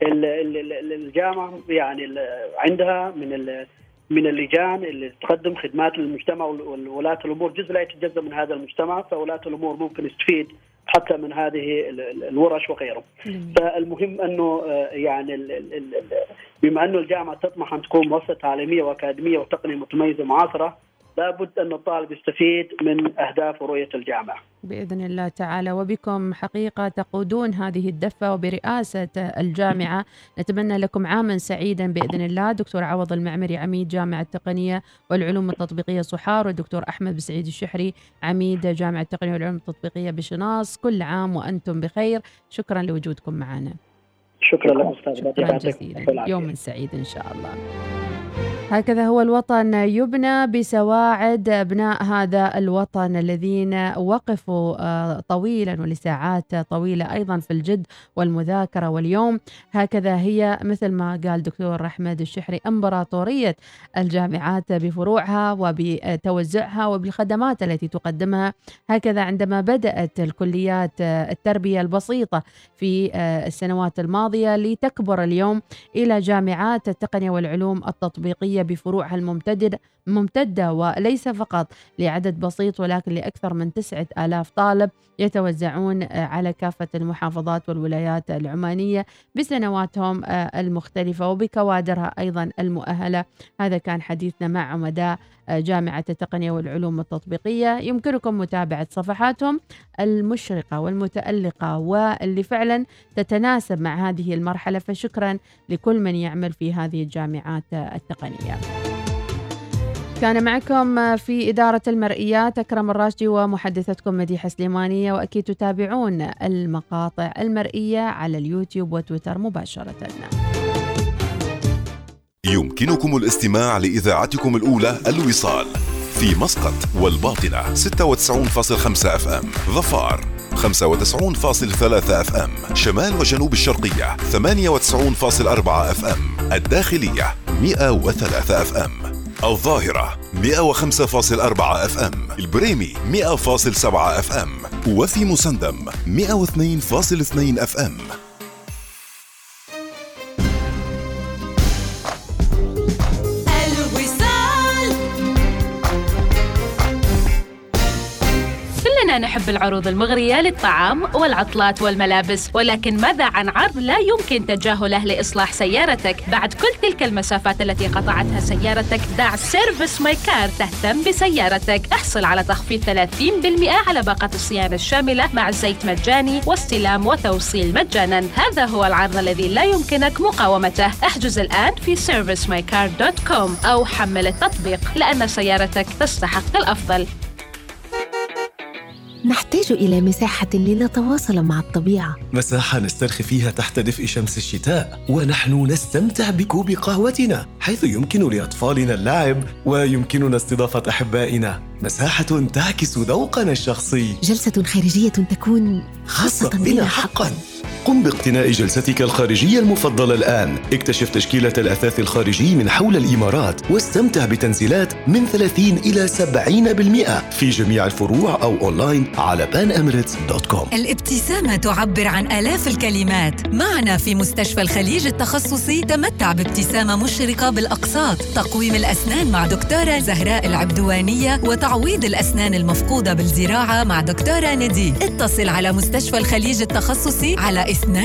الجامعة يعني عندها من اللجان اللي تقدم خدمات للمجتمع، وولاة الأمور جزء لا يتجزأ من هذا المجتمع، فولاة الأمور ممكن يستفيد حتى من هذه الورش وغيره. فالمهم أنه يعني بما أنه الجامعة تطمح أن تكون مؤسسة تعليمية وأكاديمية وتقنية متميزة معاصرة، لابد أن الطالب يستفيد من أهداف ورؤية الجامعة بإذن الله تعالى. وبكم حقيقة تقودون هذه الدفة وبرئاسة الجامعة. نتمنى لكم عاما سعيدا بإذن الله. دكتور عوض المعمري عميد جامعة التقنية والعلوم التطبيقية صحار، والدكتور أحمد بسعيد الشحري عميد جامعة التقنية والعلوم التطبيقية بشناص، كل عام وأنتم بخير. شكرا لوجودكم معنا. شكرا لك أستاذ. شكرا جزيلا. يوم سعيد إن شاء الله. هكذا هو الوطن يبنى بسواعد أبناء هذا الوطن الذين وقفوا طويلا ولساعات طويلة أيضا في الجد والمذاكرة. واليوم هكذا هي مثل ما قال دكتور أحمد الشحري إمبراطورية الجامعات بفروعها وبتوزعها وبالخدمات التي تقدمها. هكذا عندما بدأت الكليات التربية البسيطة في السنوات الماضية لتكبر اليوم إلى جامعات التقنية والعلوم التطبيقية بفروعها الممتدة، وليس فقط لعدد بسيط ولكن لأكثر من 9,000 طالب يتوزعون على كافة المحافظات والولايات العمانية بسنواتهم المختلفة وبكوادرها أيضا المؤهلة. هذا كان حديثنا مع عمداء جامعة التقنية والعلوم التطبيقية. يمكنكم متابعة صفحاتهم المشرقة والمتألقة واللي فعلا تتناسب مع هذه المرحلة. فشكرا لكل من يعمل في هذه الجامعات التقنية. كان معكم في إدارة المرئيات أكرم الراشدي ومحدثتكم مديحة سليمانية، وأكيد تتابعون المقاطع المرئية على اليوتيوب وتويتر مباشرة. يمكنكم الاستماع لإذاعتكم الأولى الوصال في مسقط والباطنة 96.5 FM، ظفار 95.3 FM، شمال وجنوب الشرقية 98.4 FM، الداخلية 103 FM، الظاهرة 105.4 FM، البريمي 100.7 FM، وفي مسندم 102.2 FM. نحب العروض المغرية للطعام والعطلات والملابس، ولكن ماذا عن عرض لا يمكن تجاهله لإصلاح سيارتك؟ بعد كل تلك المسافات التي قطعتها سيارتك، دع سيرفيس ماي كار تهتم بسيارتك. احصل على تخفيض 30% على باقة الصيانة الشاملة مع زيت مجاني واستلام وتوصيل مجانا. هذا هو العرض الذي لا يمكنك مقاومته. احجز الآن في servicemycar.com أو حمل التطبيق، لأن سيارتك تستحق الأفضل. نحتاج إلى مساحة لنتواصل مع الطبيعة، مساحة نسترخي فيها تحت دفء شمس الشتاء، ونحن نستمتع بكوب قهوتنا، حيث يمكن لأطفالنا اللعب ويمكننا استضافة أحبائنا، مساحة تعكس ذوقنا الشخصي، جلسة خارجية تكون خاصة بنا حقاً. قم باقتناء جلستك الخارجية المفضلة الآن. اكتشف تشكيلة الأثاث الخارجي من حول الإمارات واستمتع بتنزيلات من 30 إلى 70% في جميع الفروع أو أونلاين على panemirates.com. الابتسامة تعبر عن آلاف الكلمات. معنا في مستشفى الخليج التخصصي تمتع بابتسامة مشرقة بالأقساط، تقويم الأسنان مع دكتورة زهراء العبدوانية، وتعويض الأسنان المفقودة بالزراعة مع دكتورة ندي. اتصل على مستشفى الخليج التخصصي على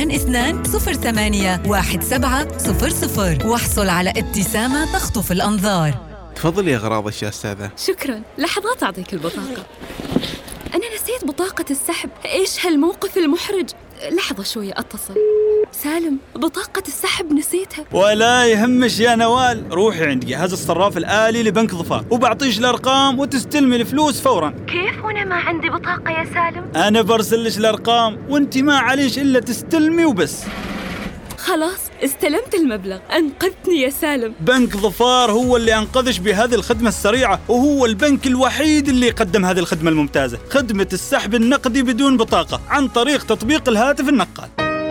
22-08-1700 واحصل على ابتسامة تخطف الأنظار. تفضل يا غراض يا أستاذة. شكرا، لحظات أعطيك البطاقة. أنا نسيت بطاقة السحب. إيش هالموقف المحرج؟ لحظة شوية أتصل. سالم، بطاقة السحب نسيتها. ولا يهمش يا نوال، روحي عند جهاز الصراف الآلي لبنك ظفار وبعطيش الأرقام وتستلمي الفلوس فورا. كيف وأنا ما عندي بطاقة يا سالم؟ أنا برسلش الأرقام وانتي ما عليش إلا تستلمي وبس. خلاص استلمت المبلغ. أنقذتني يا سالم. بنك ظفار هو اللي أنقذش بهذه الخدمة السريعة، وهو البنك الوحيد اللي يقدم هذه الخدمة الممتازة، خدمة السحب النقدي بدون بطاقة عن طريق تطبيق الهاتف النقال.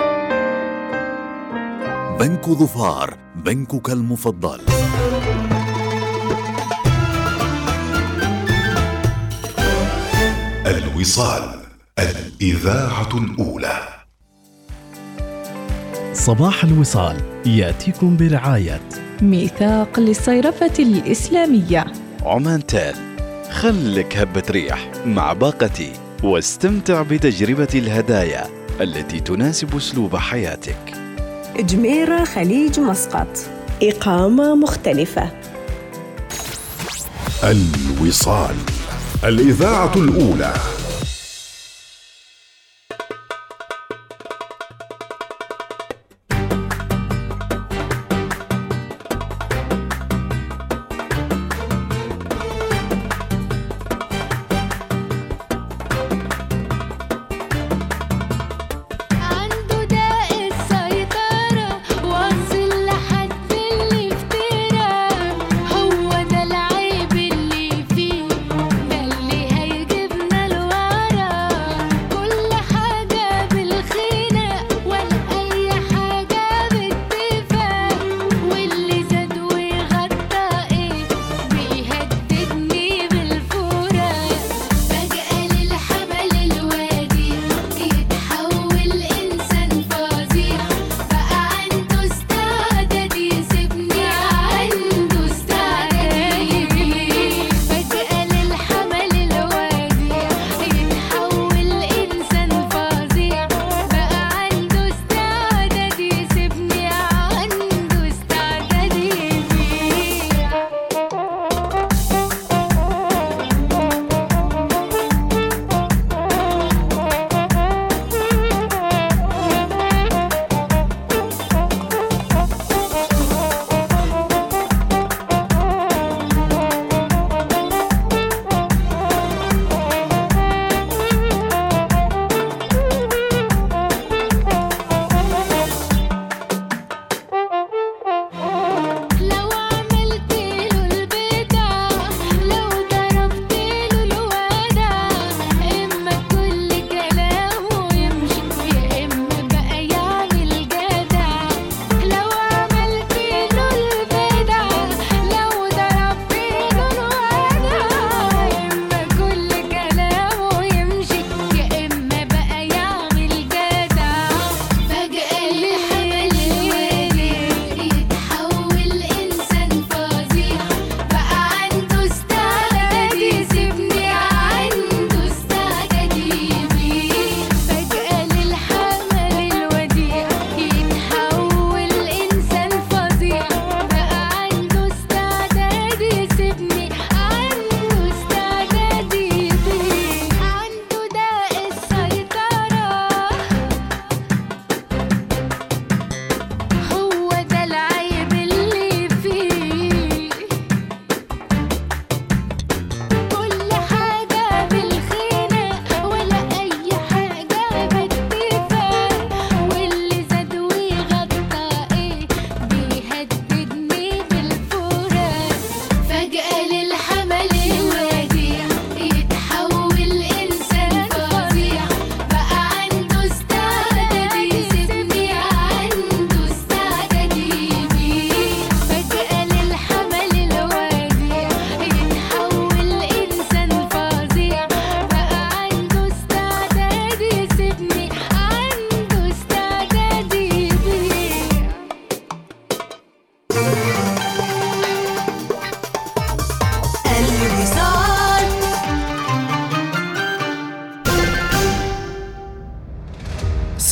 بنك ظفار، بنكك المفضل. الوصال، الإذاعة الأولى. صباح الوصال يأتيكم برعاية ميثاق للصيرفة الإسلامية، عمان تال، خلك هبة ريح مع باقتي واستمتع بتجربة الهدايا التي تناسب أسلوب حياتك. جميرة خليج مسقط، إقامة مختلفة. الوصال، الإذاعة الأولى. هو ده العيب اللي فيه، ده اللي هيجيبنا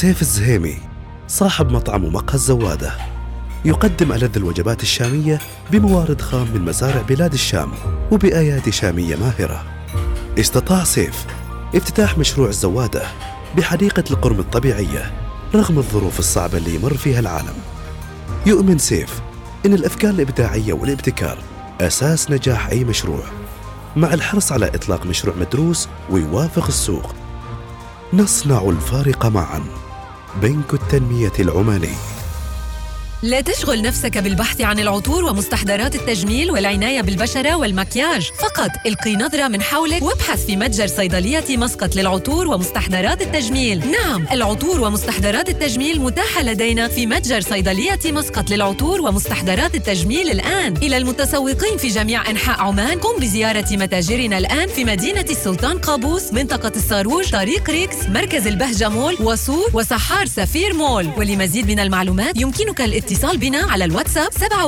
سيف الزهيمي صاحب مطعم ومقهى الزوادة يقدم ألذ الوجبات الشامية بموارد خام من مزارع بلاد الشام وبأيادي شامية ماهرة. استطاع سيف افتتاح مشروع الزوادة بحديقة القرم الطبيعية رغم الظروف الصعبة اللي يمر فيها العالم. يؤمن سيف إن الأفكار الإبداعية والابتكار أساس نجاح أي مشروع، مع الحرص على إطلاق مشروع مدروس ويوافق السوق. نصنع الفارق معاً. بنك التنمية العماني. لا تشغل نفسك بالبحث عن العطور ومستحضرات التجميل والعناية بالبشرة والمكياج، فقط القي نظرة من حولك وابحث في متجر صيدلية مسقط للعطور ومستحضرات التجميل. نعم، العطور ومستحضرات التجميل متاحة لدينا في متجر صيدلية مسقط للعطور ومستحضرات التجميل الآن. إلى المتسوقين في جميع أنحاء عمان، قم بزيارة متاجرنا الآن في مدينة السلطان قابوس، منطقة الصاروج، طريق ريكس، مركز البهجة مول، وصور، وسحار سفير مول. ولمزيد من المعلومات يمكنك الاتصال بنا على الواتساب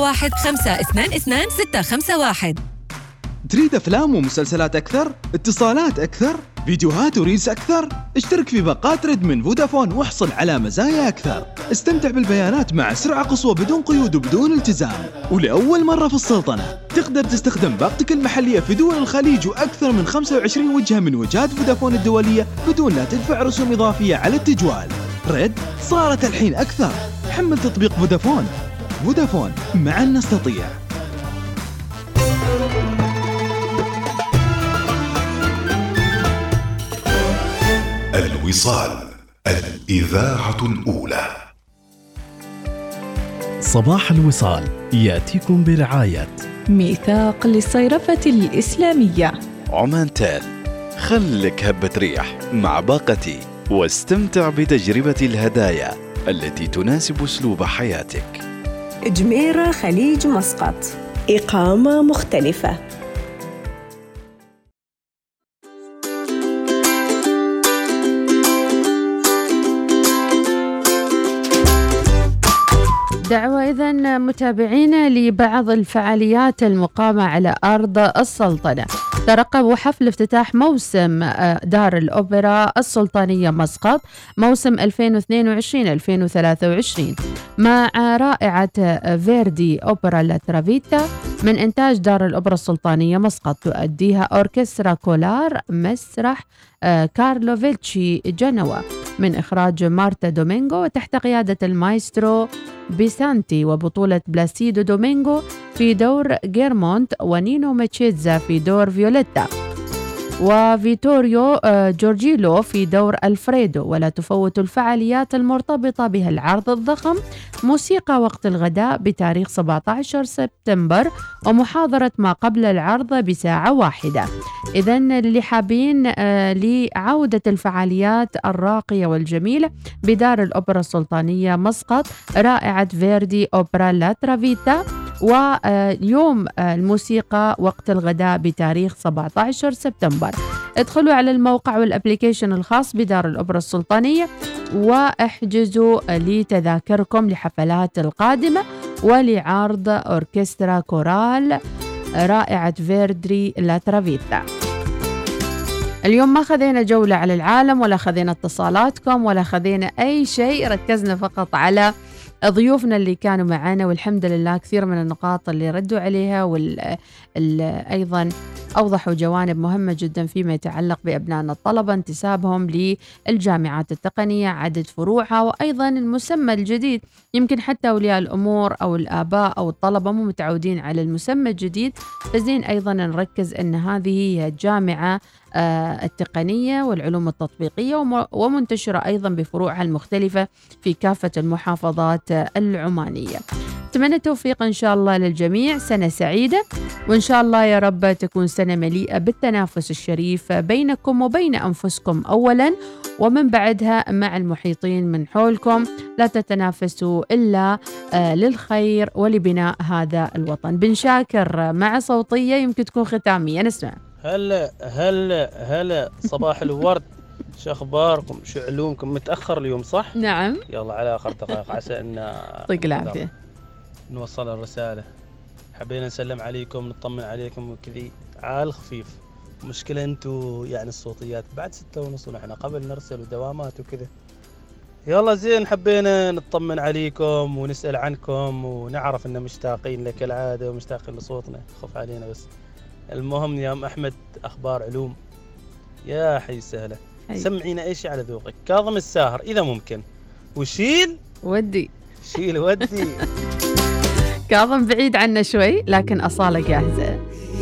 71522651. تريد أفلام ومسلسلات أكثر؟ اتصالات أكثر؟ فيديوهات وريلز أكثر؟ اشترك في باقات ريد من فودافون واحصل على مزايا أكثر. استمتع بالبيانات مع سرعة قصوى بدون قيود وبدون التزام. ولأول مرة في السلطنة تقدر تستخدم باقتك المحلية في دول الخليج وأكثر من 25 وجهة من وجهات فودافون الدولية بدون لا تدفع رسوم إضافية على التجوال. ريد صارت الحين أكثر. حمل تطبيق فودافون. فودافون، معا نستطيع. الوصال، الإذاعة الأولى. صباح الوصال يأتيكم برعاية ميثاق للصيرفة الإسلامية، عمان تال، خلك هبة ريح مع باقتي واستمتع بتجربة الهدايا التي تناسب أسلوب حياتك. جميرة خليج مسقط، إقامة مختلفة. دعوة إذن متابعينا لبعض الفعاليات المقامة على أرض السلطنة. ترقبوا حفل افتتاح موسم دار الأوبرا السلطانية مسقط موسم 2022-2023 مع رائعة فيردي أوبرا لا ترافيتا من إنتاج دار الأوبرا السلطانية مسقط، تؤديها أوركسترا كولار مسرح كارلو فيتشي جنوة من إخراج مارتا دومينغو وتحت قيادة المايسترو بيسانتي، وبطولة بلاسيدو دومينغو في دور جيرمونت ونينو ماتشيزا في دور فيوليتا وفيتوريو جورجيلو في دور ألفريدو. ولا تفوت الفعاليات المرتبطة بها العرض الضخم موسيقى وقت الغداء بتاريخ 17 سبتمبر ومحاضرة ما قبل العرض بساعة واحدة. إذن اللي حابين لعودة الفعاليات الراقية والجميلة بدار الأوبرا السلطانية مسقط رائعة فيردي أوبرا لا ترافيتا، ويوم الموسيقى وقت الغداء بتاريخ 17 سبتمبر. ادخلوا على الموقع والابليكيشن الخاص بدار الأوبرا السلطانية واحجزوا لتذاكركم لحفلات القادمة ولعرض أوركسترا كورال رائعة فيردي لا ترافيتا. اليوم ما خذينا جولة على العالم ولا خذينا اتصالاتكم ولا خذينا أي شيء، ركزنا فقط على ضيوفنا اللي كانوا معنا، والحمد لله كثير من النقاط اللي ردوا عليها أيضا أوضحوا جوانب مهمة جدا فيما يتعلق بأبنائنا الطلبة، انتسابهم للجامعات التقنية، عدد فروعها، وأيضا المسمى الجديد. يمكن حتى أولياء الأمور أو الآباء أو الطلبة مو متعودين على المسمى الجديد، فزين أيضا نركز أن هذه هي الجامعة التقنية والعلوم التطبيقية ومنتشرة أيضا بفروعها المختلفة في كافة المحافظات العمانية. أتمنى التوفيق إن شاء الله للجميع، سنة سعيدة، وإن شاء الله يا رب تكون سنة مليئة بالتنافس الشريف بينكم وبين أنفسكم أولا، ومن بعدها مع المحيطين من حولكم. لا تتنافسوا إلا للخير ولبناء هذا الوطن. بن شاكر مع صوتية يمكن تكون ختامية، نسمع. هلا صباح الورد، شو اخباركم؟ شو علومكم؟ متاخر اليوم صح؟ نعم. يلا على اخر دقائق عسى ان يعطيك العافيه نوصل الرساله. حبينا نسلم عليكم، نطمن عليكم وكذي على الخفيف. مشكله انتم يعني الصوتيات بعد 6:30 ونحن قبل نرسل ودوامات وكذا، يلا زين، حبينا نطمن عليكم ونسأل عنكم ونعرف إن مشتاقين لك العادة ومشتاقين لصوتنا، خف علينا بس. المهم يا أم أحمد، أخبار علوم يا حي سهلة. سمعينا إيش على ذوقك. كاظم الساهر إذا ممكن، وشيل ودي شيل ودي. كاظم بعيد عنا شوي لكن أصالة جاهزة.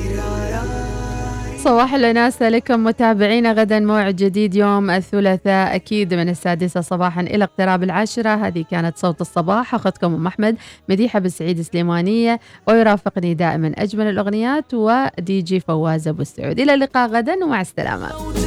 صباح الوناسة لكم متابعينا. غدا موعد جديد يوم الثلاثاء أكيد من 6 صباحا إلى اقتراب 10. هذه كانت صوت الصباح. أخذكم أم أحمد، مديحة بالسعيد سليمانية، ويرافقني دائما أجمل الأغنيات ودي جي فواز أبو السعود. إلى اللقاء غدا ومع السلامة.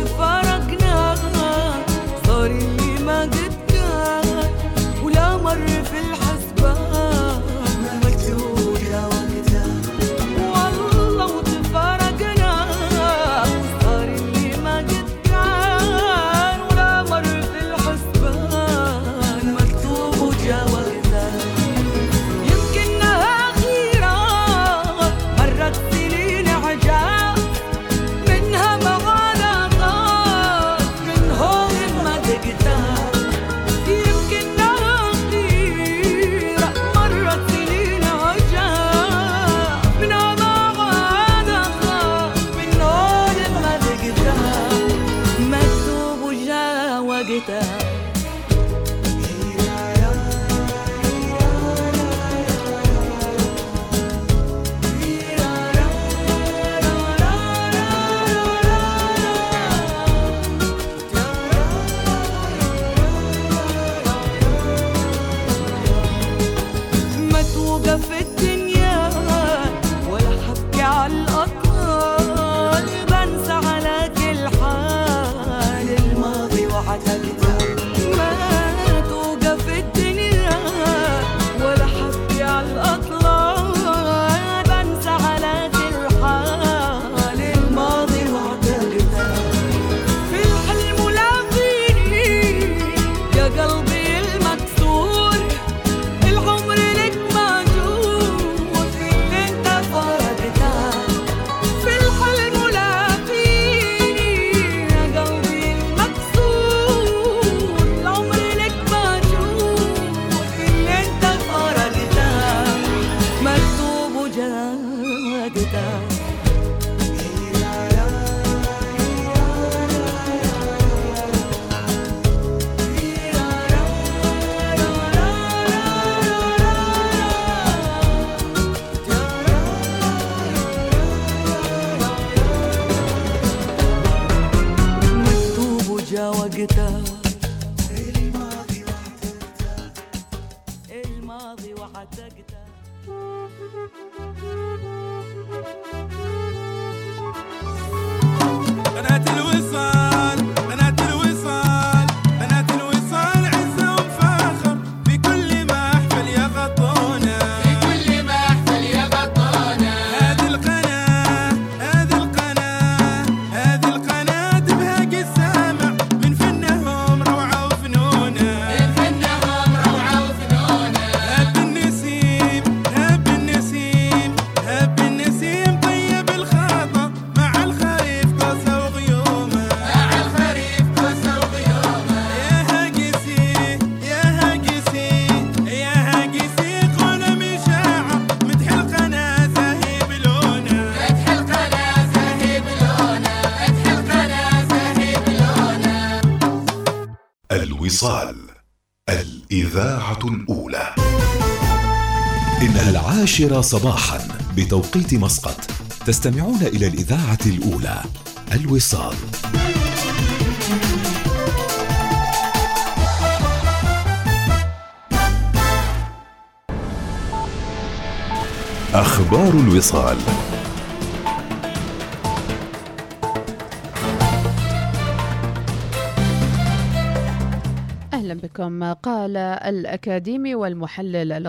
صار اللي ما قد كان ولا مر في الحسبان مكتوب يا وقتها، والله وتفارقنا. صار اللي ما قد كان ولا مر في الحسبان مكتوب يا وقتها. يمكنها خيرة مرت سنين عجاب منها معانا طاب من هون ما تقدر. يمكنها خيرة مرت سنين عجاب منها معانا طاب من هون ما تقدر. مكتوب وجا وقتها. ما توقف الدنيا ولا حبكي على الأطلال، بنسى على كل حال الماضي وعتقدها. ما توقف الدنيا ولا حبكي على الأطلال، بنسى على كل حال الماضي وعتقدها. في الحلم ولا فيني يا قلبي المكسور، العمر لك موجود اللي انت فارقتها. في الحلم ولا فيني يا قلبي المكسور، العمر لك موجود اللي انت فارقتها. مكتوب وجا وقتها. مكتوب وجا وقتها. الماضي وعتقتها. قناة الوصال، قناة الوصال، قناة الوصال عزة وفخر في كل محفل يغطونا، في كل محفل يغطونا. هذه القناة، هذه القناة، هذه القناة تبهج السامع من فنهم روعة وفنونة، من فنهم روعة وفنونة. هب النسيم، هب النسيم، هب النسيم طيب الخاطر مع الخريف قصة وغيومه، مع الخريف قصة وغيومه. يا هاقسي، يا هاقسي، يا هاقسي قول مشاعر مدح القناة زاهي بلونه، مدح القناة زاهي بلونه، مدح القناة زاهي بلونه. الوصال، الإذاعة الأولى. إنها 10 صباحا بتوقيت مسقط. تستمعون إلى الإذاعة الأولى، الوصال. أخبار الوصال. أهلا بكم. قال الأكاديمي والمحلل